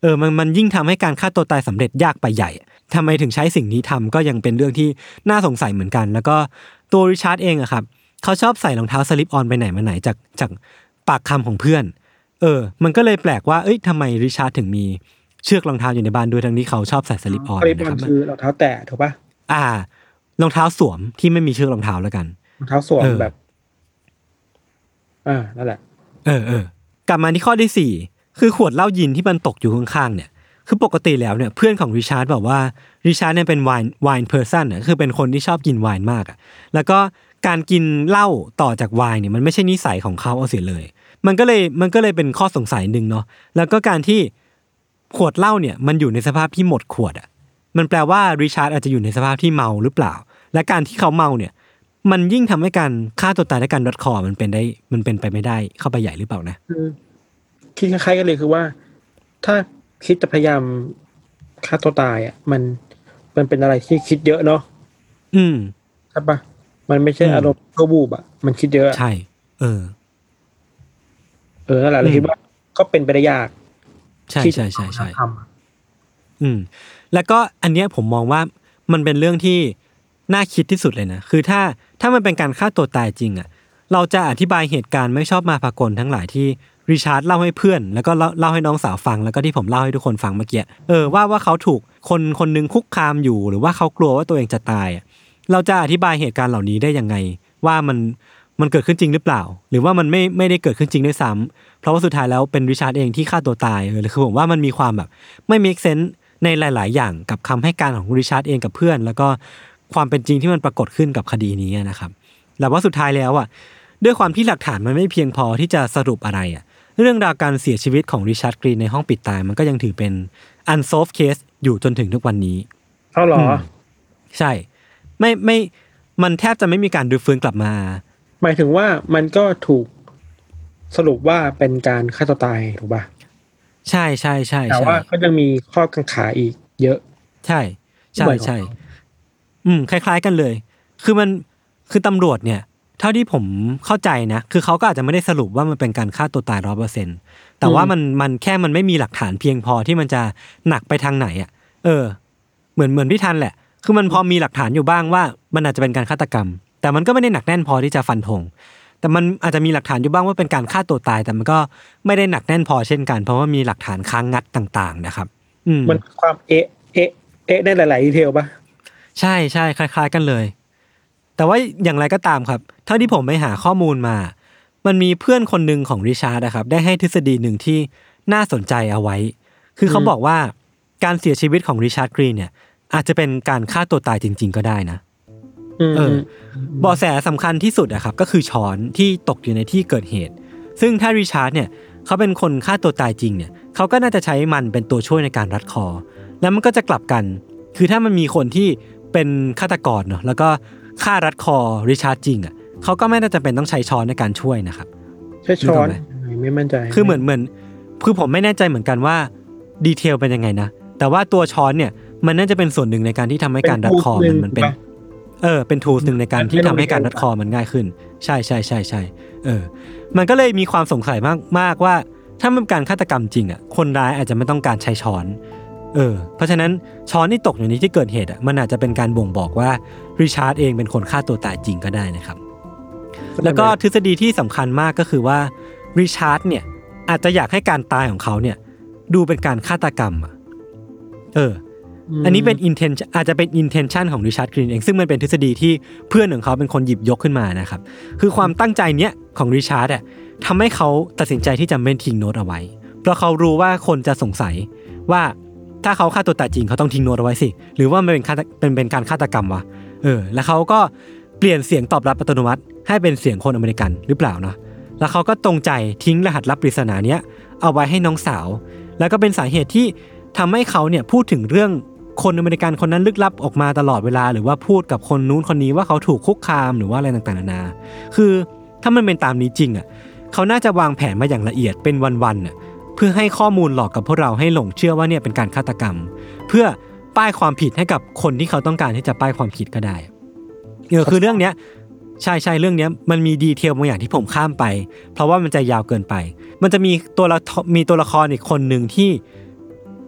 เออมันมันยิ่งทำให้การฆ่าตัวตายสำเร็จยากไปใหญ่ทำไมถึงใช้สิ่งนี้ทำก็ยังเป็นเรื่องที่น่าสงสัยเหมือนกันแล้วก็ตัวริชาร์ดเองอะครับเขาชอบใส่รองเท้าสลิปออนไปไหนมาไหนจากจากปากคำของเพื่อนเออมันก็เลยแปลกว่าเอ้ยทำไมริชาร์ดถึงมีเชือกรองเท้าอยู่ในบ้านด้วยทั้งที่เขาชอบใส่สลิปออนสลิปออนคือรองเท้าแตะถูกป่ะอ่ารองเท้าสวมที่ไม่มีเชือกรองเท้าแล้วกันรองเท้าสวมแบบอ่านั่นแหละเออเออกลับมาที่ข้อที่สี่คือขวดเหล้ายินที่มันตกอยู่ข้างๆเนี่ยคือปกติแล้วเนี่ยเพื่อนของริชาร์ดบอกว่าริชาร์ดเนี่ยเป็นไวน์ไวน์เพอร์ซันอ่ะคือเป็นคนที่ชอบกินไวน์มากอ่ะแล้วก็การกินเหล้าต่อจากไวน์เนี่ยมันไม่ใช่นิสัยของเขาเอาเสียเลยมันก็เลยมันก็เลยเป็นข้อสงสัยนึงเนาะแล้วก็การที่ขวดเหล้าเนี่ยมันอยู่ในสภาพที่หมดขวดอ่ะมันแปลว่าริชาร์ดอาจจะอยู่ในสภาพที่เมาหรือเปล่าและการที่เขาเมาเนี่ยมันยิ่งทำให้การฆ่าตัวตายและการรัดคอมันเป็นได้มันเป็นไปไม่ได้เข้าไปใหญ่หรือเปล่านะคิดคล้ายๆกันเลยคือว่าถ้าคิดจะพยายามฆ่าตัวตายอ่ะมันมันเป็นอะไรที่คิดเยอะเนาะอืมใช่ปะมันไม่ใช่อารมณ์ชั่ววูบอ่ะมันคิดเยอะใช่เออเออนั่นแหละเราคิดว่าก็เป็นไปได้ยากใช่ใช่ใช่ใช่อืมแล้วก็อันเนี้ยผมมองว่ามันเป็นเรื่องที่น่าคิดที่สุดเลยนะคือถ้าถ้ามันเป็นการฆ่าตัวตายจริงอ่ะเราจะอธิบายเหตุการณ์ไม่ชอบมาพากลทั้งหลายที่ริชาร์ดเล่าให้เพื่อนแล้วก็เล่าเล่าให้น้องสาวฟังแล้วก็ที่ผมเล่าให้ทุกคนฟังเมื่อกี้เออว่าว่าเขาถูกคนคนนึงคุกคามอยู่หรือว่าเขากลัวว่าตัวเองจะตายอ่ะเราจะอธิบายเหตุการณ์เหล่านี้ได้ยังไงว่ามันมันเกิดขึ้นจริงหรือเปล่าหรือว่ามันไม่ไม่ได้เกิดขึ้นจริงด้วยซ้ำเพราะว่าสุดท้ายแล้วเป็นริชาร์ดเองที่ฆ่าตัวตายเออคือผมว่ามันมีความแบบไม่เมคเซนส์ในหลายๆอย่างกับคำให้การของริชาร์ดเองกับเพื่อนแล้วก็ความเป็นจริงที่มันปรากฏขึ้นกับคดีนี้นะครับแต่ว่าสุดท้ายแล้วอ่ะด้วยความที่หลักฐานมันไม่เพียงพอที่จะสรุปอะไรอ่ะเรื่องราวการเสียชีวิตของริชาร์ดกรีนในห้องปิดตายมันก็ยังถือเป็น unsolved case อยู่จนถึงทุกวันนี้เอ้าเหรอใช่ไม่ไม่มันแทบจะไม่มีการรื้อฟื้นกลับมาหมายถึงว่ามันก็ถูกสรุปว่าเป็นการฆ่าตัวตายถูกป่ะใช่ใช่ใช่แต่ว่าก็ยังมีข้อกังขาอีกเยอะใช่ใช่ใช่อืมคล้ายๆกันเลยคือมันคือตำรวจเนี่ยเท่าที่ผมเข้าใจนะคือเขาก็อาจจะไม่ได้สรุปว่ามันเป็นการฆ่าตัวตาย ร้อยเปอร์เซ็นต์ แต่ว่ามันมันแค่มันไม่มีหลักฐานเพียงพอที่มันจะหนักไปทางไหนอ่ะเออเหมือนเหมือนพี่ทันแหละคือมันพอมีหลักฐานอยู่บ้างว่ามันอาจจะเป็นการฆาตกรรมแต่มันก็ไม่ได้หนักแน่นพอที่จะฟันธงแต่มันอาจจะมีหลักฐานอยู่บ้างว่าเป็นการฆ่าตัวตายแต่มันก็ไม่ได้หนักแน่นพอเช่นกันเพราะว่ามีหลักฐานค้างงัดต่างๆนะครับอืมมันความเอะเอะเอะได้หลายๆดีเทลป่ะใช่ใช่คล้ายๆกันเลยแต่ว่าอย่างไรก็ตามครับเท่าที่ผมไปหาข้อมูลมามันมีเพื่อนคนหนึ่งของริชาร์ดนะครับได้ให้ทฤษฎีหนึ่งที่น่าสนใจเอาไว้คือเขาบอกว่าการเสียชีวิตของริชาร์ดกรีนเนี่ยอาจจะเป็นการฆ่าตัวตายจริงๆก็ได้นะเออเบาะแสสำคัญที่สุดอะครับก็คือช้อนที่ตกอยู่ในที่เกิดเหตุซึ่งถ้าริชาร์ดเนี่ยเขาเป็นคนฆ่าตัวตายจริงเนี่ยเขาก็น่าจะใช้มันเป็นตัวช่วยในการรัดคอแล้วมันก็จะกลับกันคือถ้ามันมีคนที่เป็นฆาตกรเนาะแล้วก็ฆ่ารัดคอริชาร์ดจริงอ่ะเขาก็ไม่น่าจะเป็นต้องใช้ช้อนในการช่วยนะครับใช้ช้อนไม่มั่นใจคือเหมือนเหมือนคือผมไม่แน่ใจเหมือนกันว่าดีเทลเป็นยังไงนะแต่ว่าตัวช้อนเนี่ยมันน่าจะเป็นส่วนหนึ่งในการที่ทำให้การรัดคอมันมันเป็นเออเป็นทูลหนึ่งในการที่ทำให้การรัดคอมันง่ายขึ้นใช่ใช่ใช่ใช่เออมันก็เลยมีความสงสัยมากมากว่าถ้ามันเป็นการฆาตกรรมจริงอ่ะคนร้ายอาจจะไม่ต้องการใช้ช้อนเออเพราะฉะนั้นช้อนที่ตกอยู่ในที่เกิดเหตุอ่ะมันอาจจะเป็นการบ่งบอกว่าริชาร์ดเองเป็นคนฆ่าตัวตายจริงก็ได้นะครับแล้วก็ทฤษฎีที่สำคัญมากก็คือว่าริชาร์ดเนี่ยอาจจะอยากให้การตายของเขาเนี่ยดูเป็นการฆาตกรรมอ่ะเอออันนี้เป็น intention อาจจะเป็น intention ของริชาร์ดกรีนเองซึ่งมันเป็นทฤษฎีที่เพื่อนของเขาเป็นคนหยิบยกขึ้นมานะครับคือความตั้งใจเนี้ยของริชาร์ดอ่ะทำให้เขาตัดสินใจที่จะไม่ทิ้งโน้ตเอาไว้เพราะเขารู้ว่าคนจะสงสัยว่าถ้าเขาฆ่าตัวตายจริงเขาต้องทิ้งโน้ตเอาไว้สิหรือว่ามันเป็นเป็นเป็นการฆาตกรรมวะเออแล้วเขาก็เปลี่ยนเสียงตอบรับอัตโนมัติให้เป็นเสียงคนอเมริกันหรือเปล่าเนาะแล้วเขาก็ตรงใจทิ้งรหัสลับปริศนาเนี้ยเอาไว้ให้น้องสาวแล้วก็เป็นสาเหตุที่ทำให้เขาเนี่ยพูดถึงเรื่องคนอเมริกันคนนั้นลึกลับออกมาตลอดเวลาหรือว่าพูดกับคนนู้นคนนี้ว่าเขาถูกคุกคามหรือว่าอะไรต่างๆนานาคือถ้ามันเป็นตามนี้จริงอ่ะเขาน่าจะวางแผนมาอย่างละเอียดเป็นวันๆน่ะเพื่อให้ข้อมูลหลอกกับพวกเราให้หลงเชื่อว่าเนี่ยเป็นการฆาตกรรมเพื่อป้ายความผิดให้กับคนที่เขาต้องการที่จะป้ายความผิดก็ได้เออคือเรื่องเนี้ยใช่ใช่เรื่องเนี้ยมันมีดีเทลบางอย่างที่ผมข้ามไปเพราะว่ามันจะยาวเกินไปมันจะมีตัวละมีตัวละครอีกคนนึงที่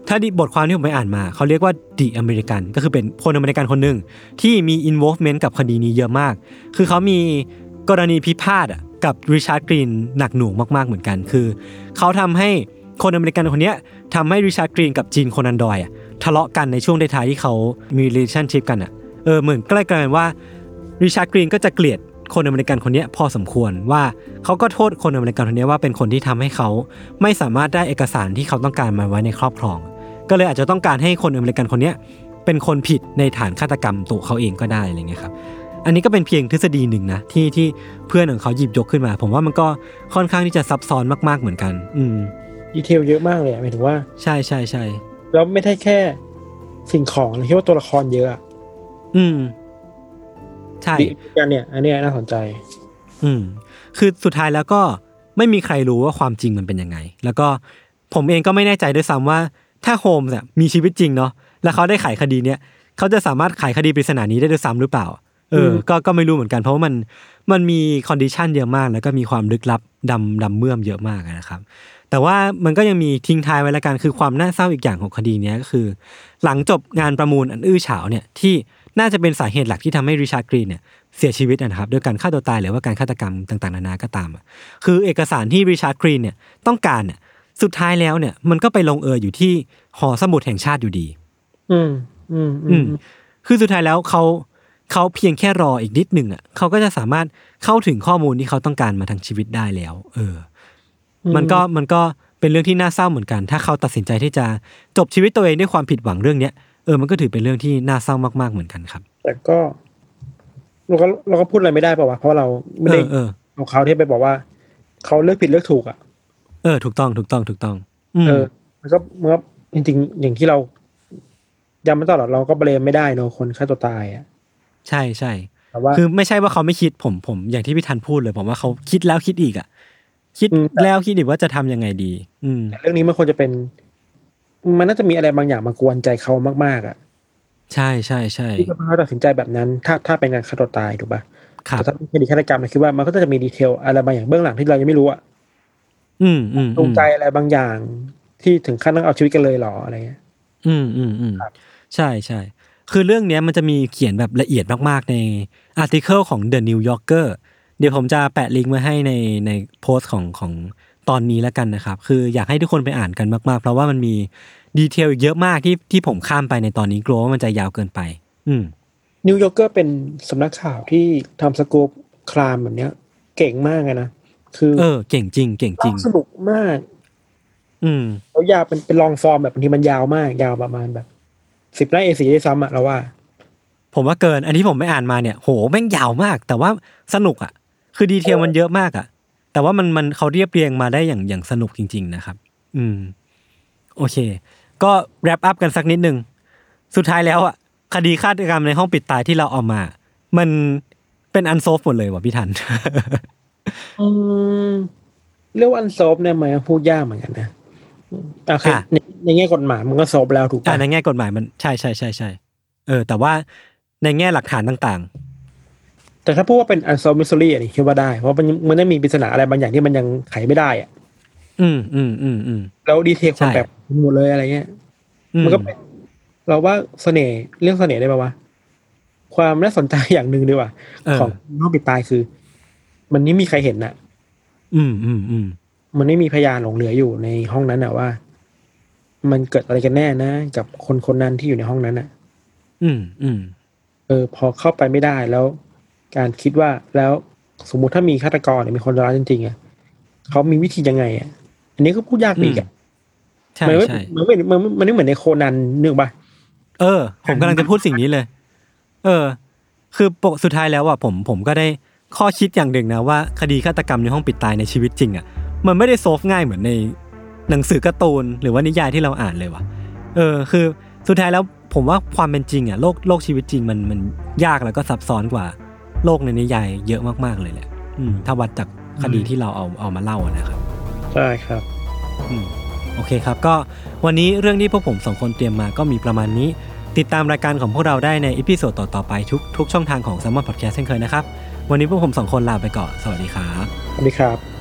ถ้าบทความที่ผมไปอ่านมาเขาเรียกว่า The American ก็คือเป็นคนอเมริกันคนหนึ่งที่มี involvement กับคดีนี้เยอะมากคือเขามีกรณีพิพาทอ่ะกับริชาร์ดกรีนหนักหน่วงมากๆเหมือนกันคือเขาทำให้คนอเมริกันคนนี้ทำให้ริชาร์ดกรีนกับจีนโคนันดอยอ่ะทะเลาะกันในช่วงท้ายๆที่เขามี relationship กันอ่ะเออเหมือนใกล้กันว่าริชาร์ดกรีนก็จะเกลียดคนอเมริกันคนนี้พอสมควรว่าเขาก็โทษคนอเมริกันคนนี้ว่าเป็นคนที่ทำให้เขาไม่สามารถได้เอกสารที่เขาต้องการมาไว้ในครอบครองก็เลยอาจจะต้องการให้คนอเมริกันคนนี้เป็นคนผิดในฐานฆาตกรรมตัวเขาเองก็ได้อะไรเงี้ยครับอันนี้ก็เป็นเพียงทฤษฎีหนึ่งนะที่ที่เพื่อนของเขาหยิบยกขึ้นมาผมว่ามันก็ค่อนข้างที่จะซับซ้อนมากๆเหมือนกันอืมดีเทลเยอะมากเลยหมายถึงว่าใช่ใช่ใช่แล้วไม่ได้แค่สิ่งของเลยคิดว่าตัวละครเยอะอืมใช่กันเนี่ยอันนี้น่าสนใจอืมคือสุดท้ายแล้วก็ไม่มีใครรู้ว่าความจริงมันเป็นยังไงแล้วก็ผมเองก็ไม่แน่ใจด้วยซ้ำว่าถ้าโฮมส์เนี่ยมีชีวิตจริงเนาะแล้วเขาได้ไขคดีเนี้ยเขาจะสามารถไขคดีปริศนานี้ได้ด้วยซ้ำหรือเปล่าเออก็ก็ไม่รู้เหมือนกันเพราะว่ามันมันมีคอนดิชันเยอะมากแล้วก็มีความลึกลับดำดำเมื่อมเยอะมากนะครับแต่ว่ามันก็ยังมีทิ้งท้ายไว้ละกันคือความน่าเศร้าอีกอย่างของคดีนี้ก็คือหลังจบงานประมูลอันอื้อฉาวเนี่ยที่น่าจะเป็นสาเหตุหลักที่ทำให้ริชาร์ดกรีนเนี่ยเสียชีวิตนะครับด้วยการฆ่าตัวตายหรือว่าการฆาตกรรมต่างๆนานาก็ตามคือเอกสารที่ริชาร์ดกรีนเนี่ยต้องการเนี่ยสุดท้ายแล้วเนี่ยมันก็ไปลงเอยอยู่ที่หอสมุดแห่งชาติอยู่ดีอืมอืมอืมคือสุดท้ายแล้วเขาเขาเพียงแค่รออีกนิดหนึ่งอ่ะเขาก็จะสามารถเข้าถึงข้อมูลที่เขาต้องการมาทั้งชีวิตได้แล้วเออมันก็มันก็เป็นเรื่องที่น่าเศร้าเหมือนกันถ้าเขาตัดสินใจที่จะจบชีวิตตัวเองด้วยความผิดหวังเรื่องเนี้ยเออมันก็ถือเป็นเรื่องที่น่าเศร้ามากๆเหมือนกันครับแต่ก็เราก็เราก็พูดอะไรไม่ได้ป่าววะเพราะเราไม่ได้เอาเขาที่ไปบอกว่าเขาเลือกผิดเลือกถูกอ่ะเออถูกต้องถูกต้องถูกต้องเออมันก็เมื่อจริงๆอย่างที่เราย้ำมาตลอดเราก็เบลมไม่ได้เนอะคนฆ่าตัวตายอ่ะใช่ใช่คือไม่ใช่ว่าเขาไม่คิดผมผมอย่างที่พี่ธันพูดเลยผมว่าเขาคิดแล้วคิดอีกอ่ะคิดแล้วคิดอีกว่าจะทำยังไงดีอืมเรื่องนี้มันควรจะเป็นมันน่าจะมีอะไรบางอย่างมากวนใจเขามากๆอ่ะใช่ใช่ใช่ที่เขาตัดสินใจแบบนั้นถ้าถ้าเป็นการฆ่าตัวตายถูกป่ะแต่ถ้าเป็นคดีฆาตกรรมนะคิดว่ามันก็จะมีดีเทลอะไรบางอย่างเบื้องหลังที่เรายังไม่รู้อ่ะอืมอืมตรงใจอะไรบางอย่างที่ถึงขั้นต้องเอาชีวิตกันเลยหรออะไรเงี้ยอืมอืมอืมใช่ใช่คือเรื่องนี้มันจะมีเขียนแบบละเอียดมากๆในอาร์ติเคิลของ The New Yorker เดี๋ยวผมจะแปะลิงก์ไว้ให้ในในโพสต์ของของตอนนี้แล้วกันนะครับคืออยากให้ทุกคนไปอ่านกันมากๆเพราะว่ามันมีดีเทลเยอะมากที่ที่ผมข้ามไปในตอนนี้กลัวว่ามันจะยาวเกินไปอืม New Yorker เป็นสำนักข่าวที่ทำสกู๊ปครามแบบเนี้ยเก่งมากเลยนะคือเออเก่งจริงเก่งจริงสนุกมากอืมแล้วยาวเป็นเป็นลองฟอร์มแบบบางทีมันยาวมากยาวประมาณแบบสิบหน้า เอ สี่ ได้ซ้ำอ่ะเราว่าผมว่าเกินอันที่ผมไม่อ่านมาเนี่ยโหแม่งยาวมากแต่ว่าสนุกอ่ะคือดีเทลมันเยอะมากอ่ะแต่ว่ามันมันเขาเรียบเรียงมาได้อย่างอย่างสนุกจริงๆนะครับอืมโอเคก็แรปอัพกันสักนิดนึงสุดท้ายแล้วอ่ะคดีฆาตกรรมในห้องปิดตายที่เราเอามามันเป็นอันโซฟหมดเลยว่ะพี่ทันอืมเรื่องอันโซฟเนี่ยมันพูดยากเหมือนกันนะโอเคในในแง่กฎหมายมันก็โซฟแล้วถูกป่ะในแง่กฎหมายมันใช่ใช่ใช่ใช่เออแต่ว่าในแง่หลักฐานต่างๆแต่ถ้าพูดว่าเป็น unsolved mystery อ่ะนี่คิดว่าได้เพราะมันมันได้มีปริศนาอะไรบางอย่างที่มันยังไขไม่ได้อ่ะอืมอืมอืมอืมแล้วดีเทลคนแบบหมดเลยอะไรเงี้ยมันก็เป็นเราว่าเสน่ห์เรื่องเสน่ห์ได้ป่าววะความน่าสนใจอย่างนึงดีกว่าของห้องปิดตายคือมันไม่มีใครเห็นน่ะอืมอืมอืมมันไม่มีพยานหลงเหลืออยู่ในห้องนั้นน่ะว่ามันเกิดอะไรกันแน่นะกับคนคนนั้นที่อยู่ในห้องนั้นน่ะอืมอืมเออพอเข้าไปไม่ได้แล้วการคิดว่าแล้วสมมุติถ้ามีฆาตกรเนี่ยมีคนร้ายจริงๆอ่ะเขามีวิธียังไงอ่ะอันนี้ก็พูดยากอีกอ่ะใช่ใช่มันไม่มันมันไม่เหมือนในโคนันนึกป่ะเออผมกำลังจะพูดสิ่งนี้เลยเออคือปกสุดท้ายแล้วอ่ะผมผมก็ได้ข้อคิดอย่างหนึ่งนะว่าคดีฆาตกรรมในห้องปิดตายในชีวิตจริงอ่ะมันไม่ได้โซฟง่ายเหมือนในหนังสือการ์ตูนหรือว่านิยายที่เราอ่านเลยว่ะเออคือสุดท้ายแล้วผมว่าความเป็นจริงอ่ะโลกโลกชีวิตจริงมันมันยากแล้วก็ซับซ้อนกว่าโลกในนิยายเยอะมากๆเลยแหละอืมถ้าวัดจากคดีที่เราเอาเอามาเล่านะครับใช่ครับอืมโอเคครับก็วันนี้เรื่องที่พวกผมสองคนเตรียมมาก็มีประมาณนี้ติดตามรายการของพวกเราได้ในอีพิโซดต่อๆไปทุกทุกช่องทางของ Salmon Podcast เช่นเคยนะครับวันนี้พวกผมสองคนลาไปก่อนสวัสดีครับสวัสดีครับ